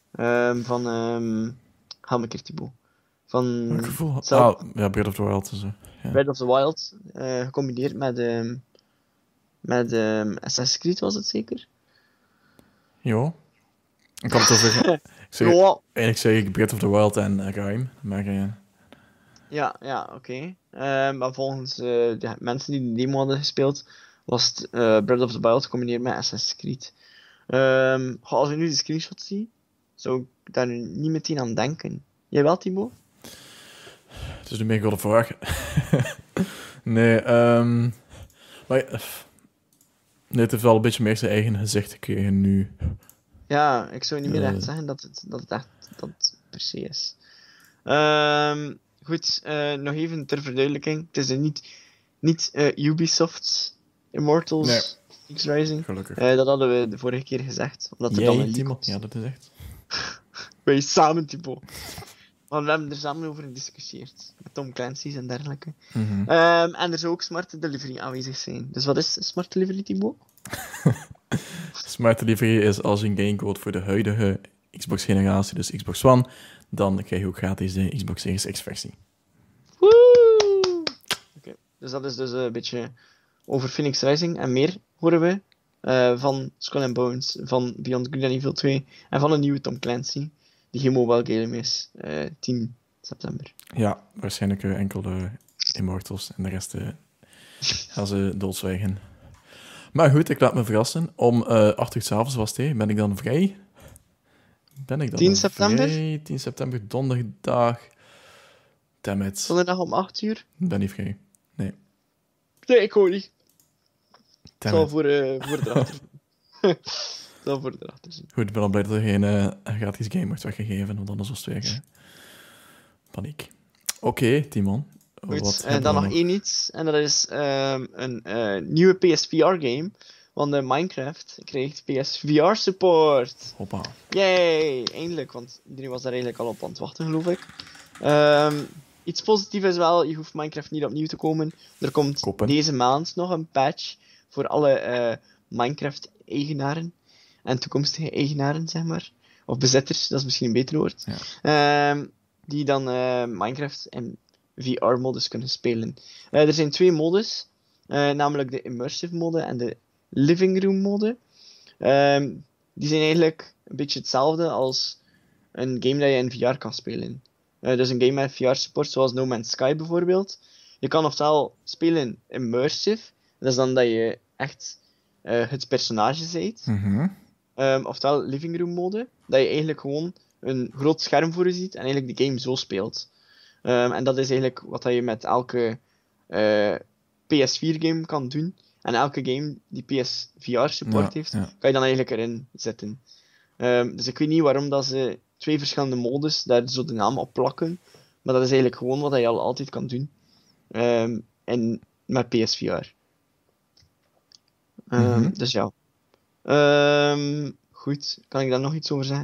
Ga een keer, Thibaut. Van Welk gevoel? Breath of the Wild. Dus, ja. Breath of the Wild, gecombineerd met Assassin's Creed, was het zeker? Ja. Ik had het over... Eigenlijk zeg ik Breath of the Wild en Rime, maar... Ja, oké. Maar volgens de mensen die de demo hadden gespeeld, was het Breath of the Wild gecombineerd met Assassin's Creed. Als je nu de screenshot ziet, zou ik daar nu niet meteen aan denken. Jij wel, Thibaut? Het is nu meer God of War. Nee, maar... Nee, het heeft wel een beetje meer zijn eigen gezicht gekregen nu. Ja, ik zou niet meer echt zeggen dat het echt dat per se is. Goed, nog even ter verduidelijking. Het is niet Ubisoft's Immortals Phoenix Rising. Gelukkig. Dat hadden we de vorige keer gezegd. Omdat er dan een leak was. Ja, dat is echt. Wij samen, Thibaut. Want we hebben er samen over gediscussieerd. Met Tom Clancy's en dergelijke. Mm-hmm. En er zou ook Smart Delivery aanwezig zijn. Dus wat is Smart Delivery, Thibaut? Smart Delivery is als je een gamecode voor de huidige Xbox-generatie, dus Xbox One, dan krijg je ook gratis de Xbox Series X-versie. Woe! Oké, dus dat is dus een beetje over Phoenix Rising. En meer horen we van Skull and Bones, van Beyond Good and Evil 2 en van een nieuwe Tom Clancy, die geen mobile game is, 10 september. Ja, waarschijnlijk enkel de Immortals en de rest gaan ze doodzwijgen. Maar goed, ik laat me verrassen. Om 8 uur 's avonds was het, ben ik dan vrij? 10 september? Vrij? 10 september, donderdag. Dammit. Donderdag om 8 uur? Ik ben niet vrij. Nee. Nee, ik hoor niet. Het zal Dammit. voor erachter. zal voor erachter zijn. Goed, ik ben al blij dat er geen gratis game wordt weggegeven, want anders was het weer paniek. Oké, Timon. Goed, en dan nog één iets. En dat is een nieuwe PSVR-game. Want Minecraft krijgt PSVR support. Hoppa. Yay! Eindelijk, want iedereen was daar eigenlijk al op aan het wachten, geloof ik. Iets positiefs is wel, je hoeft Minecraft niet opnieuw te komen. Er komt deze maand nog een patch voor alle Minecraft-eigenaren. En toekomstige eigenaren, zeg maar. Of bezitters, dat is misschien een beter woord. Ja. Die dan Minecraft in VR-modus kunnen spelen. Er zijn 2 modus. Namelijk de Immersive mode en de Living Room mode. Die zijn eigenlijk een beetje hetzelfde als een game dat je in VR kan spelen. Dus een game met VR-support, zoals No Man's Sky bijvoorbeeld. Je kan oftewel spelen Immersive. Dat is dan dat je echt het personage bent. Mm-hmm. Oftewel Living Room mode. Dat je eigenlijk gewoon een groot scherm voor je ziet en eigenlijk de game zo speelt. En dat is eigenlijk wat je met elke PS4-game kan doen. En elke game die PSVR-support heeft, kan je dan eigenlijk erin zetten. Dus ik weet niet waarom dat ze 2 verschillende modus daar zo de naam op plakken. Maar dat is eigenlijk gewoon wat je al altijd kan doen. En met PSVR. Dus ja. Goed, kan ik daar nog iets over zeggen? Nee.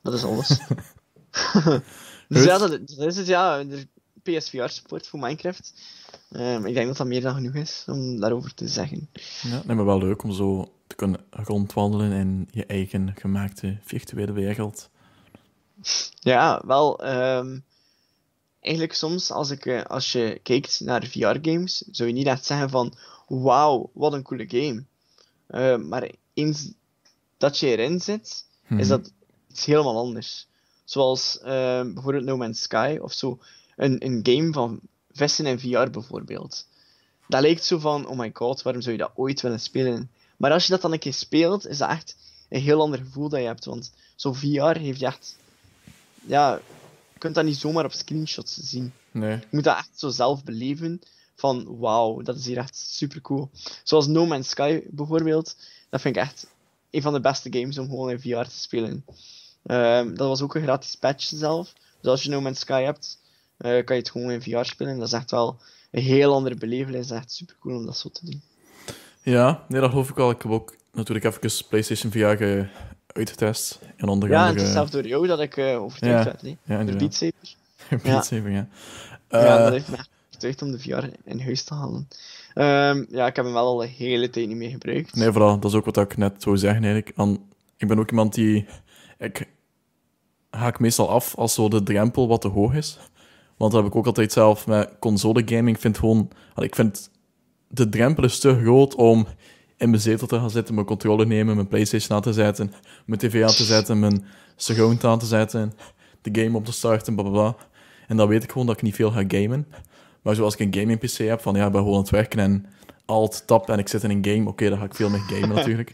Dat is alles. Dus ja, dat is het, ja. De PSVR-support voor Minecraft. Ik denk dat dat meer dan genoeg is om daarover te zeggen. Ja, nee, maar wel leuk om zo te kunnen rondwandelen in je eigen gemaakte virtuele wereld. Ja, wel. Eigenlijk soms, als je kijkt naar VR-games, zou je niet echt zeggen van wauw, wat een coole game. Maar eens dat je erin zit, is dat iets helemaal anders. Zoals bijvoorbeeld No Man's Sky of zo. Een game van vissen in VR bijvoorbeeld. Dat lijkt zo van, oh my god, waarom zou je dat ooit willen spelen? Maar als je dat dan een keer speelt, is dat echt een heel ander gevoel dat je hebt. Want zo'n VR heeft je echt... Ja, je kunt dat niet zomaar op screenshots zien. Nee. Je moet dat echt zo zelf beleven. Van, wauw, dat is hier echt super cool. Zoals No Man's Sky bijvoorbeeld. Dat vind ik echt een van de beste games om gewoon in VR te spelen. Dat was ook een gratis patch zelf. Dus als je No Man's Sky hebt, kan je het gewoon in VR spelen. Dat is echt wel een heel andere belevenis. Het is echt super cool om dat zo te doen. Ja, nee, dat geloof ik wel. Ik heb ook natuurlijk even PlayStation VR uitgetest. En onder Ja, en andere... het is zelf door jou dat ik overtuigd werd. Nee? Ja, Door Beat Saber. Beat Saber, ja. Ja, dat heeft me echt overtuigd om de VR in huis te halen. Ja, ik heb hem wel al een hele tijd niet meer gebruikt. Nee, vooral, dat is ook wat ik net zou zeggen eigenlijk. Ik ben ook iemand die... Ik haak meestal af als zo de drempel wat te hoog is. Want dat heb ik ook altijd zelf met console gaming. Ik vind de drempel is te groot om in mijn zetel te gaan zitten, mijn controller nemen, mijn PlayStation aan te zetten, mijn tv aan te zetten, mijn surround aan te zetten, de game op te starten, blablabla. En dan weet ik gewoon dat ik niet veel ga gamen. Maar zoals ik een gaming-pc heb, van ja, ik ben gewoon aan het werken en alt-tab en ik zit in een game, oké, dan ga ik veel meer gamen natuurlijk.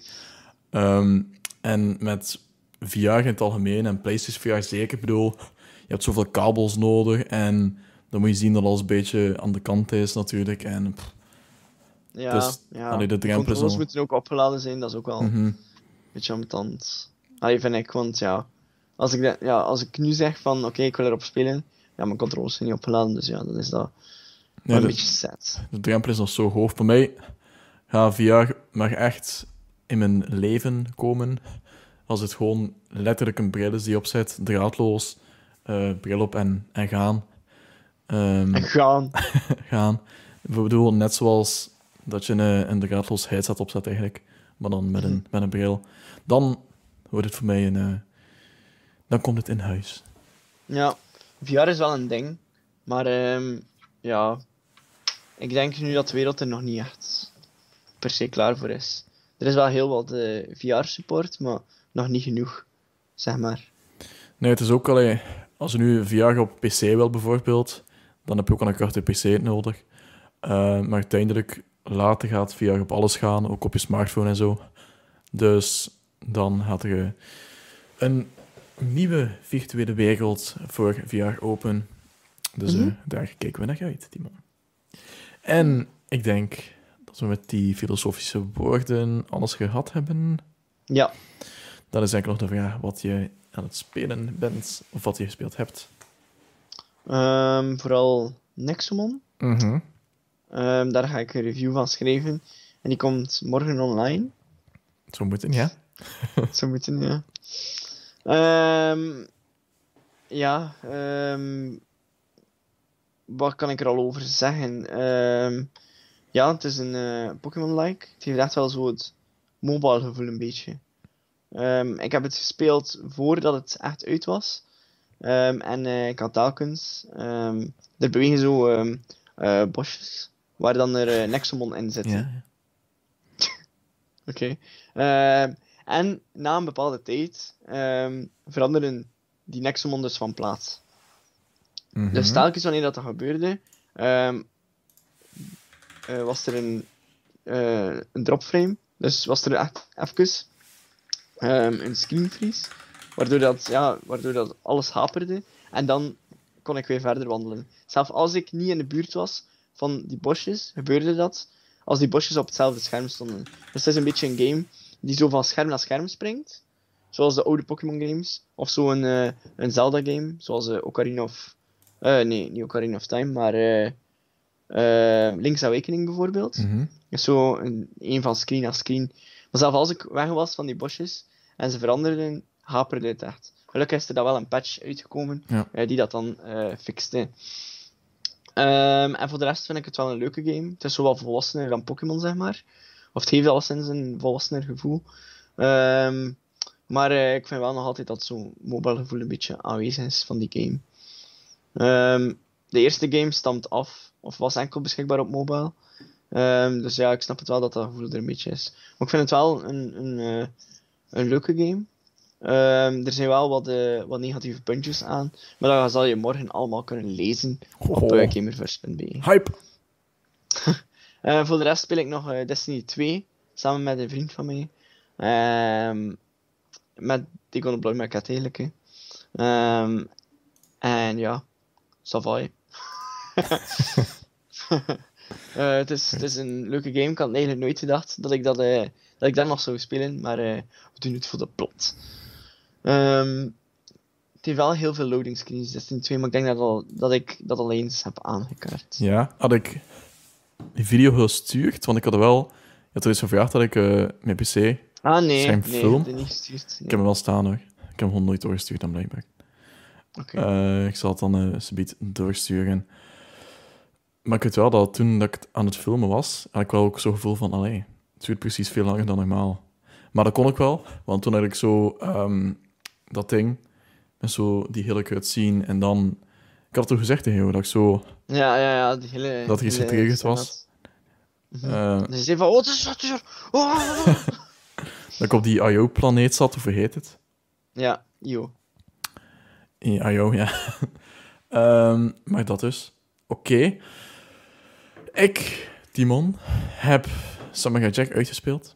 En met VR in het algemeen en PlayStation VR zeker, ik bedoel, je hebt zoveel kabels nodig en dan moet je zien dat alles een beetje aan de kant is natuurlijk. En Ja, dus, ja. allee, de drempel is controles al... moeten ook opgeladen zijn, dat is ook wel een beetje ambetant. Allee, vind ik, want ja, als ik nu zeg van oké, ik wil erop spelen, ja, mijn controles zijn niet opgeladen, dus ja, dan is dat wel een beetje sad. De drempel is nog zo hoog. Voor mij gaat VR maar echt in mijn leven komen als het gewoon letterlijk een bril is die je opzet, draadloos, bril op en gaan. En gaan. gaan. Ik bedoel, net zoals dat je een draadloos headset opzet eigenlijk, maar dan met een bril. Dan wordt het voor mij dan komt het in huis. Ja, VR is wel een ding, maar ja, ik denk nu dat de wereld er nog niet echt per se klaar voor is. Er is wel heel wat VR-support, maar nog niet genoeg, zeg maar. Nee, het is ook als je nu VR op PC wil bijvoorbeeld, dan heb je ook al een korte PC nodig. Maar uiteindelijk later gaat VR op alles gaan, ook op je smartphone en zo. Dus dan gaat er een nieuwe virtuele wereld voor VR open. Dus daar kijken we naar uit, Timo. En ik denk dat we met die filosofische woorden alles gehad hebben. Ja. Dan is eigenlijk nog de vraag wat je aan het spelen bent, of wat je gespeeld hebt. Vooral Nexomon. Daar ga ik een review van schrijven. En die komt morgen online. Zo moeten, ja. Zo moeten, ja. Wat kan ik er al over zeggen? Ja, het is een Pokémon-like. Het heeft echt wel zo het mobile gevoel een beetje. Ik heb het gespeeld voordat het echt uit was. En ik had telkens... er bewegen zo bosjes, waar dan er Nexomon in zitten. Ja. Oké. En na een bepaalde tijd veranderen die Nexomon dus van plaats. Dus telkens wanneer dat gebeurde, was er een dropframe. Dus was er echt even een screen freeze, waardoor dat alles haperde. En dan kon ik weer verder wandelen. Zelfs als ik niet in de buurt was van die bosjes, gebeurde dat als die bosjes op hetzelfde scherm stonden. Dus het is een beetje een game die zo van scherm naar scherm springt. Zoals de oude Pokémon games. Of zo een Zelda game, zoals Ocarina of... nee, niet Ocarina of Time, maar Link's Awakening bijvoorbeeld. Dus zo een van screen naar screen. Maar zelfs als ik weg was van die bosjes en ze veranderden, haperde het echt. Gelukkig is er dan wel een patch uitgekomen Ja. die dat dan fixte. En voor de rest vind ik het wel een leuke game. Het is zo wat volwassener dan Pokémon, zeg maar. Of het heeft alleszins een volwassener gevoel. Maar ik vind wel nog altijd dat zo'n mobile gevoel een beetje aanwezig is van die game. De eerste game stamt af, of was enkel beschikbaar op mobile. Dus ja, ik snap het wel dat dat gevoel er een beetje is. Maar ik vind het wel een leuke game. Er zijn wel wat negatieve puntjes aan, maar dat zal je morgen allemaal kunnen lezen op gamerverse.be. Hype! Voor de rest speel ik nog Destiny 2, samen met een vriend van mij. Met Digon de Bloodmarket eigenlijk. En ja, Savoy. Het is een leuke game. Ik had eigenlijk nooit gedacht dat ik dat nog zou spelen, maar we doen het voor de plot. Het heeft wel heel veel loading screens, Destiny 2, maar ik denk dat ik dat al eens heb aangekaart. Ja, had ik die video gestuurd, want ik had er wel... Je had er eens gevraagd dat ik mijn PC... Nee, zijn film? ik heb het niet gestuurd. Nee. Ik heb hem wel staan hoor. Ik heb hem gewoon nooit doorgestuurd dan blijkbaar. Okay. Ik zal het dan subiet doorsturen. Maar ik weet wel dat toen dat ik aan het filmen was, had ik wel ook zo'n gevoel van, allee, het duurt precies veel langer dan normaal. Maar dat kon ik wel, want toen had ik zo dat ding, met zo die hele cutscene, en dan... Ik had het toen gezegd tegen jou, dat ik zo... Ja, die hele... Dat er iets getriggerd was. Dus je zei van, oh, het is er. Oh. Dat ik op die IO-planeet zat, of hoe heet het? Ja, IO. IO, ja. Maar dat dus. Oké. Ik, Timon, heb Samurai Jack uitgespeeld.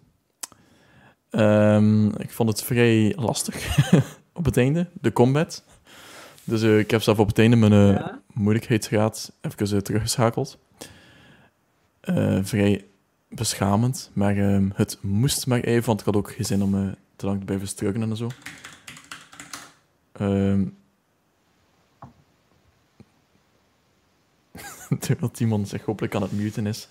Ik vond het vrij lastig op het einde, de combat. Dus ik heb zelf op het einde mijn moeilijkheidsgraad even teruggeschakeld. Vrij beschamend, maar het moest maar even, want ik had ook geen zin om te lang te blijven struikelen en zo. Terwijl Timon zich hopelijk aan het muten is.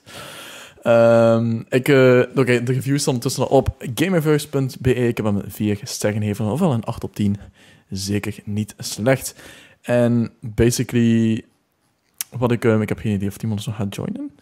De reviews staan ondertussen al op gamerverse.be. Ik heb hem 4 sterren gegeven, ofwel een 8 op 10. Zeker niet slecht. En basically, ik heb geen idee of Timon ons nog gaat joinen.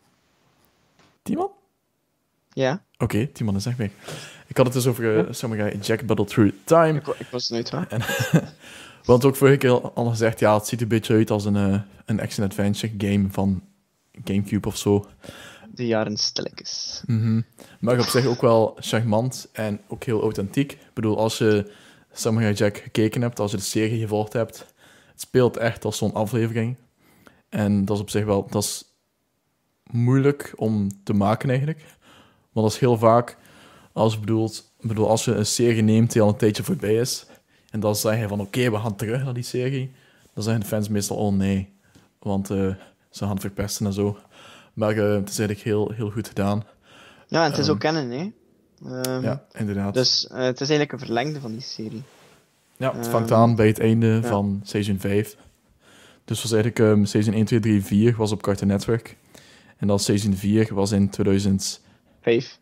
Timon? Ja. Oké, Timon is echt weg. Ik had het dus over Samurai Jack Battle Through Time. Ik was het nooit waar. Want ook vorige keer al gezegd, ja, het ziet er een beetje uit als een action-adventure game van Gamecube of zo. De jaren stilletjes. Maar op zich ook wel charmant en ook heel authentiek. Ik bedoel, als je Samurai Jack gekeken hebt, als je de serie gevolgd hebt, het speelt echt als zo'n aflevering. En dat is op zich wel... Dat is moeilijk om te maken eigenlijk. Want dat is heel vaak... Als je een serie neemt die al een tijdje voorbij is, en dan zeg je van oké, we gaan terug naar die serie, dan zeggen de fans meestal oh nee, want ze gaan het verpesten en zo. Maar het is eigenlijk heel, heel goed gedaan. Ja, en het is ook kennen, hè. Ja, inderdaad. Dus het is eigenlijk een verlengde van die serie. Ja, het vangt aan bij het einde van seizoen 5. Dus was eigenlijk seizoen 1, 2, 3, 4 was op Cartoon Network. En dan seizoen 4 was in 2005.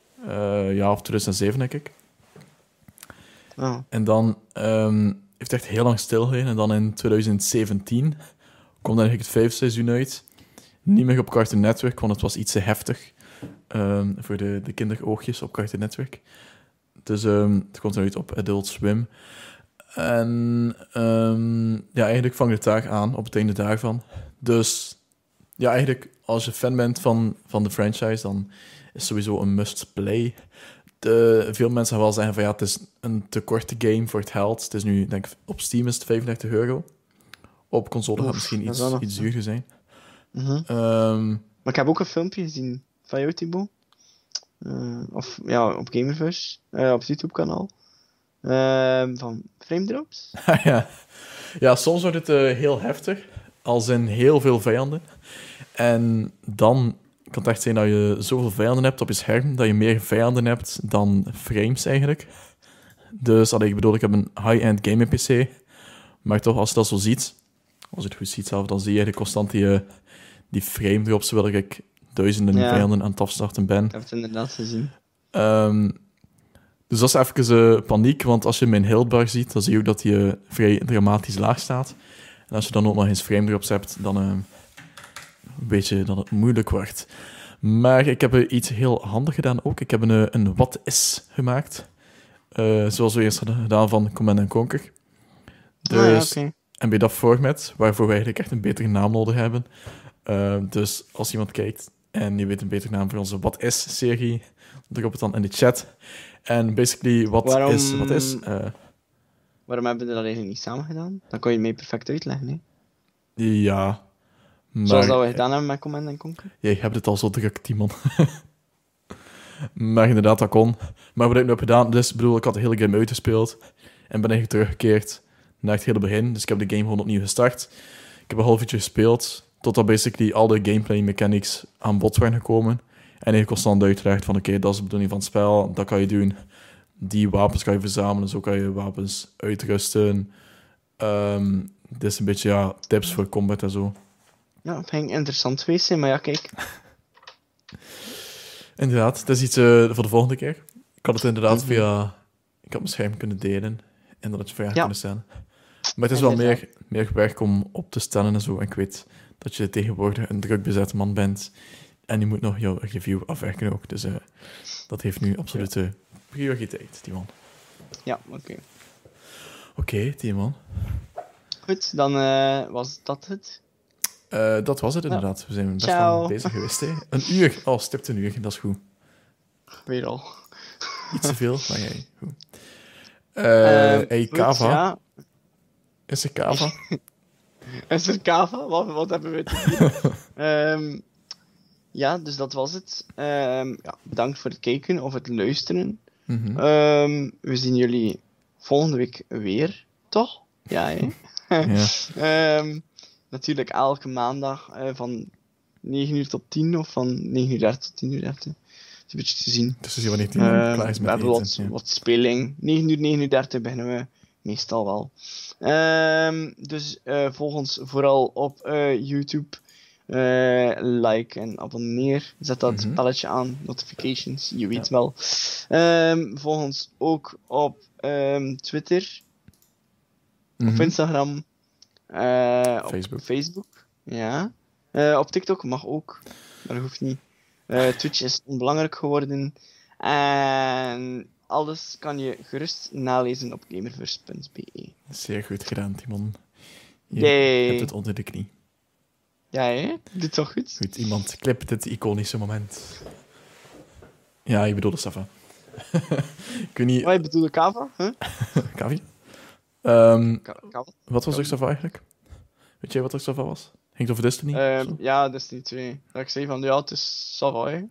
Of 2007, denk ik. Oh. En dan heeft het echt heel lang stilgelegen. En dan in 2017 kwam dan eigenlijk het 5e seizoen uit. Niet meer op Cartoon Network, want het was iets te heftig. Voor de kinderoogjes op Cartoon Network. Dus het komt dan uit op Adult Swim. En eigenlijk vangt het daar aan, op het einde daarvan. Dus ja, eigenlijk, als je fan bent van de franchise, dan is het sowieso een must-play. Veel mensen gaan wel zeggen van ja, het is een te korte game voor het geld. Het is nu, denk ik, op Steam is het €35. Op console gaat het misschien iets duurder zijn. Maar ik heb ook een filmpje gezien van jou, Thibaut. Op Gamerverse, op het YouTube-kanaal. Van frame drops. Ja, soms wordt het heel heftig. Als in heel veel vijanden. En dan kan het echt zijn dat je zoveel vijanden hebt op je scherm, dat je meer vijanden hebt dan frames eigenlijk. Dus ik heb een high-end gaming PC. Maar toch, als je dat zo ziet, als je het goed ziet zelf, dan zie je constant die frame drops, terwijl ik duizenden vijanden aan het afstarten ben. Ik heb het inderdaad gezien. Dus dat is even paniek, want als je mijn healthbar ziet, dan zie je ook dat hij vrij dramatisch laag staat. En als je dan ook nog eens frame drops hebt, dan weet je dat het moeilijk wordt. Maar ik heb iets heel handig gedaan ook. Ik heb een What Is gemaakt. Zoals we eerst hadden gedaan van Command & Conquer. Dus, oké. En bij dat format, waarvoor we eigenlijk echt een betere naam nodig hebben. Dus als iemand kijkt en je weet een betere naam voor onze What Is-serie, drop het dan in de chat. En basically, wat is... Waarom hebben we dat eigenlijk niet samen gedaan? Dan kon je het mij perfect uitleggen, hè? Ja, maar... Zoals dat we gedaan hebben met Command & Conquer. Jij hebt het al zo druk, Timon. Maar inderdaad, dat kon. Maar wat ik nu heb gedaan, dus ik bedoel, ik had de hele game uitgespeeld en ben eigenlijk teruggekeerd naar het hele begin. Dus ik heb de game gewoon opnieuw gestart. Ik heb een half uurtje gespeeld, totdat basically al de gameplay mechanics aan bod waren gekomen. En ik constant uitgelegd van, oké, dat is de bedoeling van het spel, dat kan je doen. Die wapens kan je verzamelen, zo kan je wapens uitrusten. Dit is een beetje, tips voor combat en zo. Ja, het ging interessant geweest zijn, maar ja, kijk. Inderdaad, het is iets voor de volgende keer. Ik had het inderdaad via... Ik had mijn scherm kunnen delen en dat het vragen kunnen stellen. Maar het is wel meer werk om op te stellen en zo. En ik weet dat je tegenwoordig een druk bezet man bent. En je moet nog jouw review afwerken ook. Dus dat heeft nu absolute prioriteit, Timon. Ja, oké. Oké, Timon. Goed, dan was dat het. Dat was het inderdaad. We zijn best Ciao. lang bezig geweest. Hè. Een uur. Oh, stipt een uur. Dat is goed. Weer al. Iets te veel, maar jij. Goed. Goed, Kava. ja. Is er Kava? Is er Kava? Wat hebben we te doen? Ja, dus dat was het. Bedankt voor het kijken of het luisteren. Mhm. We zien jullie volgende week weer, toch? Ja, hè? Ja. Natuurlijk elke maandag van 9 uur tot 10 of van 9:30 tot 10:30. Dat is een beetje te zien. Dus zie je wanneer Timon klaar is We met hebben eten. wat speling. 9 uur, 9:30 beginnen we meestal wel. Dus volg ons vooral op YouTube. Like en abonneer. Zet dat belletje aan. Notifications, je weet wel. Volg ons ook op Twitter. Op Instagram. Facebook. Op Facebook. Ja. Op TikTok mag ook. Maar dat hoeft niet. Twitch is onbelangrijk geworden. En alles kan je gerust nalezen op gamerverse.be. Zeer goed gedaan, Timon. Je Yay. hebt het onder de knie. Ja, hè? Doet toch goed? Goed, iemand klipt dit iconische moment. Ja, ik bedoel de Safa. Ik weet niet... Wat bedoel je, Kava? Huh? Kavi? Kava? Wat was Safa eigenlijk? Weet jij wat Safa was? Ging het over Destiny? of zo? Ja, Destiny 2. Dat ik zei van, ja, het is Sava, hè.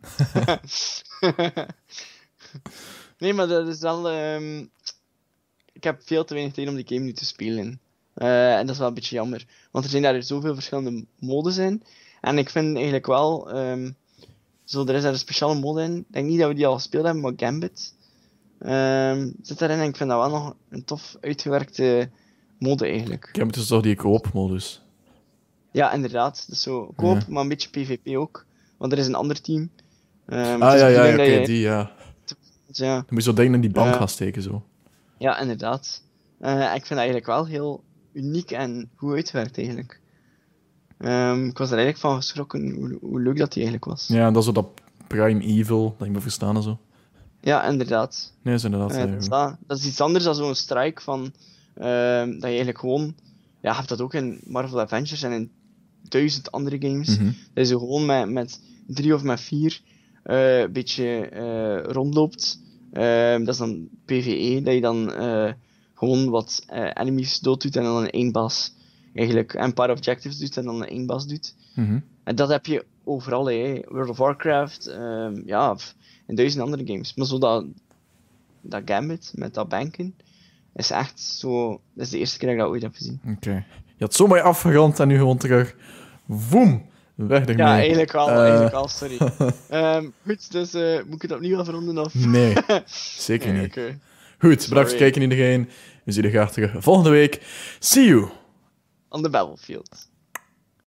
Nee, maar dat is wel... Ik heb veel te weinig tijd om die game nu te spelen. En dat is wel een beetje jammer. Want er zijn daar zoveel verschillende modes in. En ik vind eigenlijk wel... er is daar een speciale mode in. Ik denk niet dat we die al gespeeld hebben, maar Gambit zit daarin. En ik vind dat wel nog een tof uitgewerkte mode eigenlijk. Gambit is toch die co-op-modus? Ja, inderdaad. Dus zo koop, maar een beetje PvP ook. Want er is een ander team. Oké, die, ja. Ja. Dan moet je zo dingen in die bank gaan steken, zo. Ja, inderdaad. Ik vind dat eigenlijk wel heel uniek en goed uitgewerkt, eigenlijk. Ik was er eigenlijk van geschrokken hoe leuk dat die eigenlijk was. Ja, en dat is zo dat Prime Evil, dat je moet verstaan en zo. Ja, inderdaad. Nee, is inderdaad. Dat is iets anders dan zo'n strike van... dat je eigenlijk gewoon... Ja, je hebt dat ook in Marvel Avengers en in 1000 andere games. Dat je gewoon met 3 of met 4 een beetje rondloopt. Dat is dan PvE, dat je dan gewoon wat enemies dood doet en dan een één baas eigenlijk een paar objectives doet en dan een één baas doet. En dat heb je overal, hè. World of Warcraft, en 1000 andere games. Maar zo dat Gambit met dat banken is echt zo... Dat is de eerste keer dat ik dat ooit heb gezien. Oké. Je had zo mooi afgerond en nu gewoon terug. Woem! Weg ermee. Ja, eigenlijk wel, sorry. Goed, dus moet ik het opnieuw afronden of... Nee, zeker niet. Okay. Goed, bedankt voor het kijken iedereen. We zien jullie graag terug volgende week. See you! On the battlefield.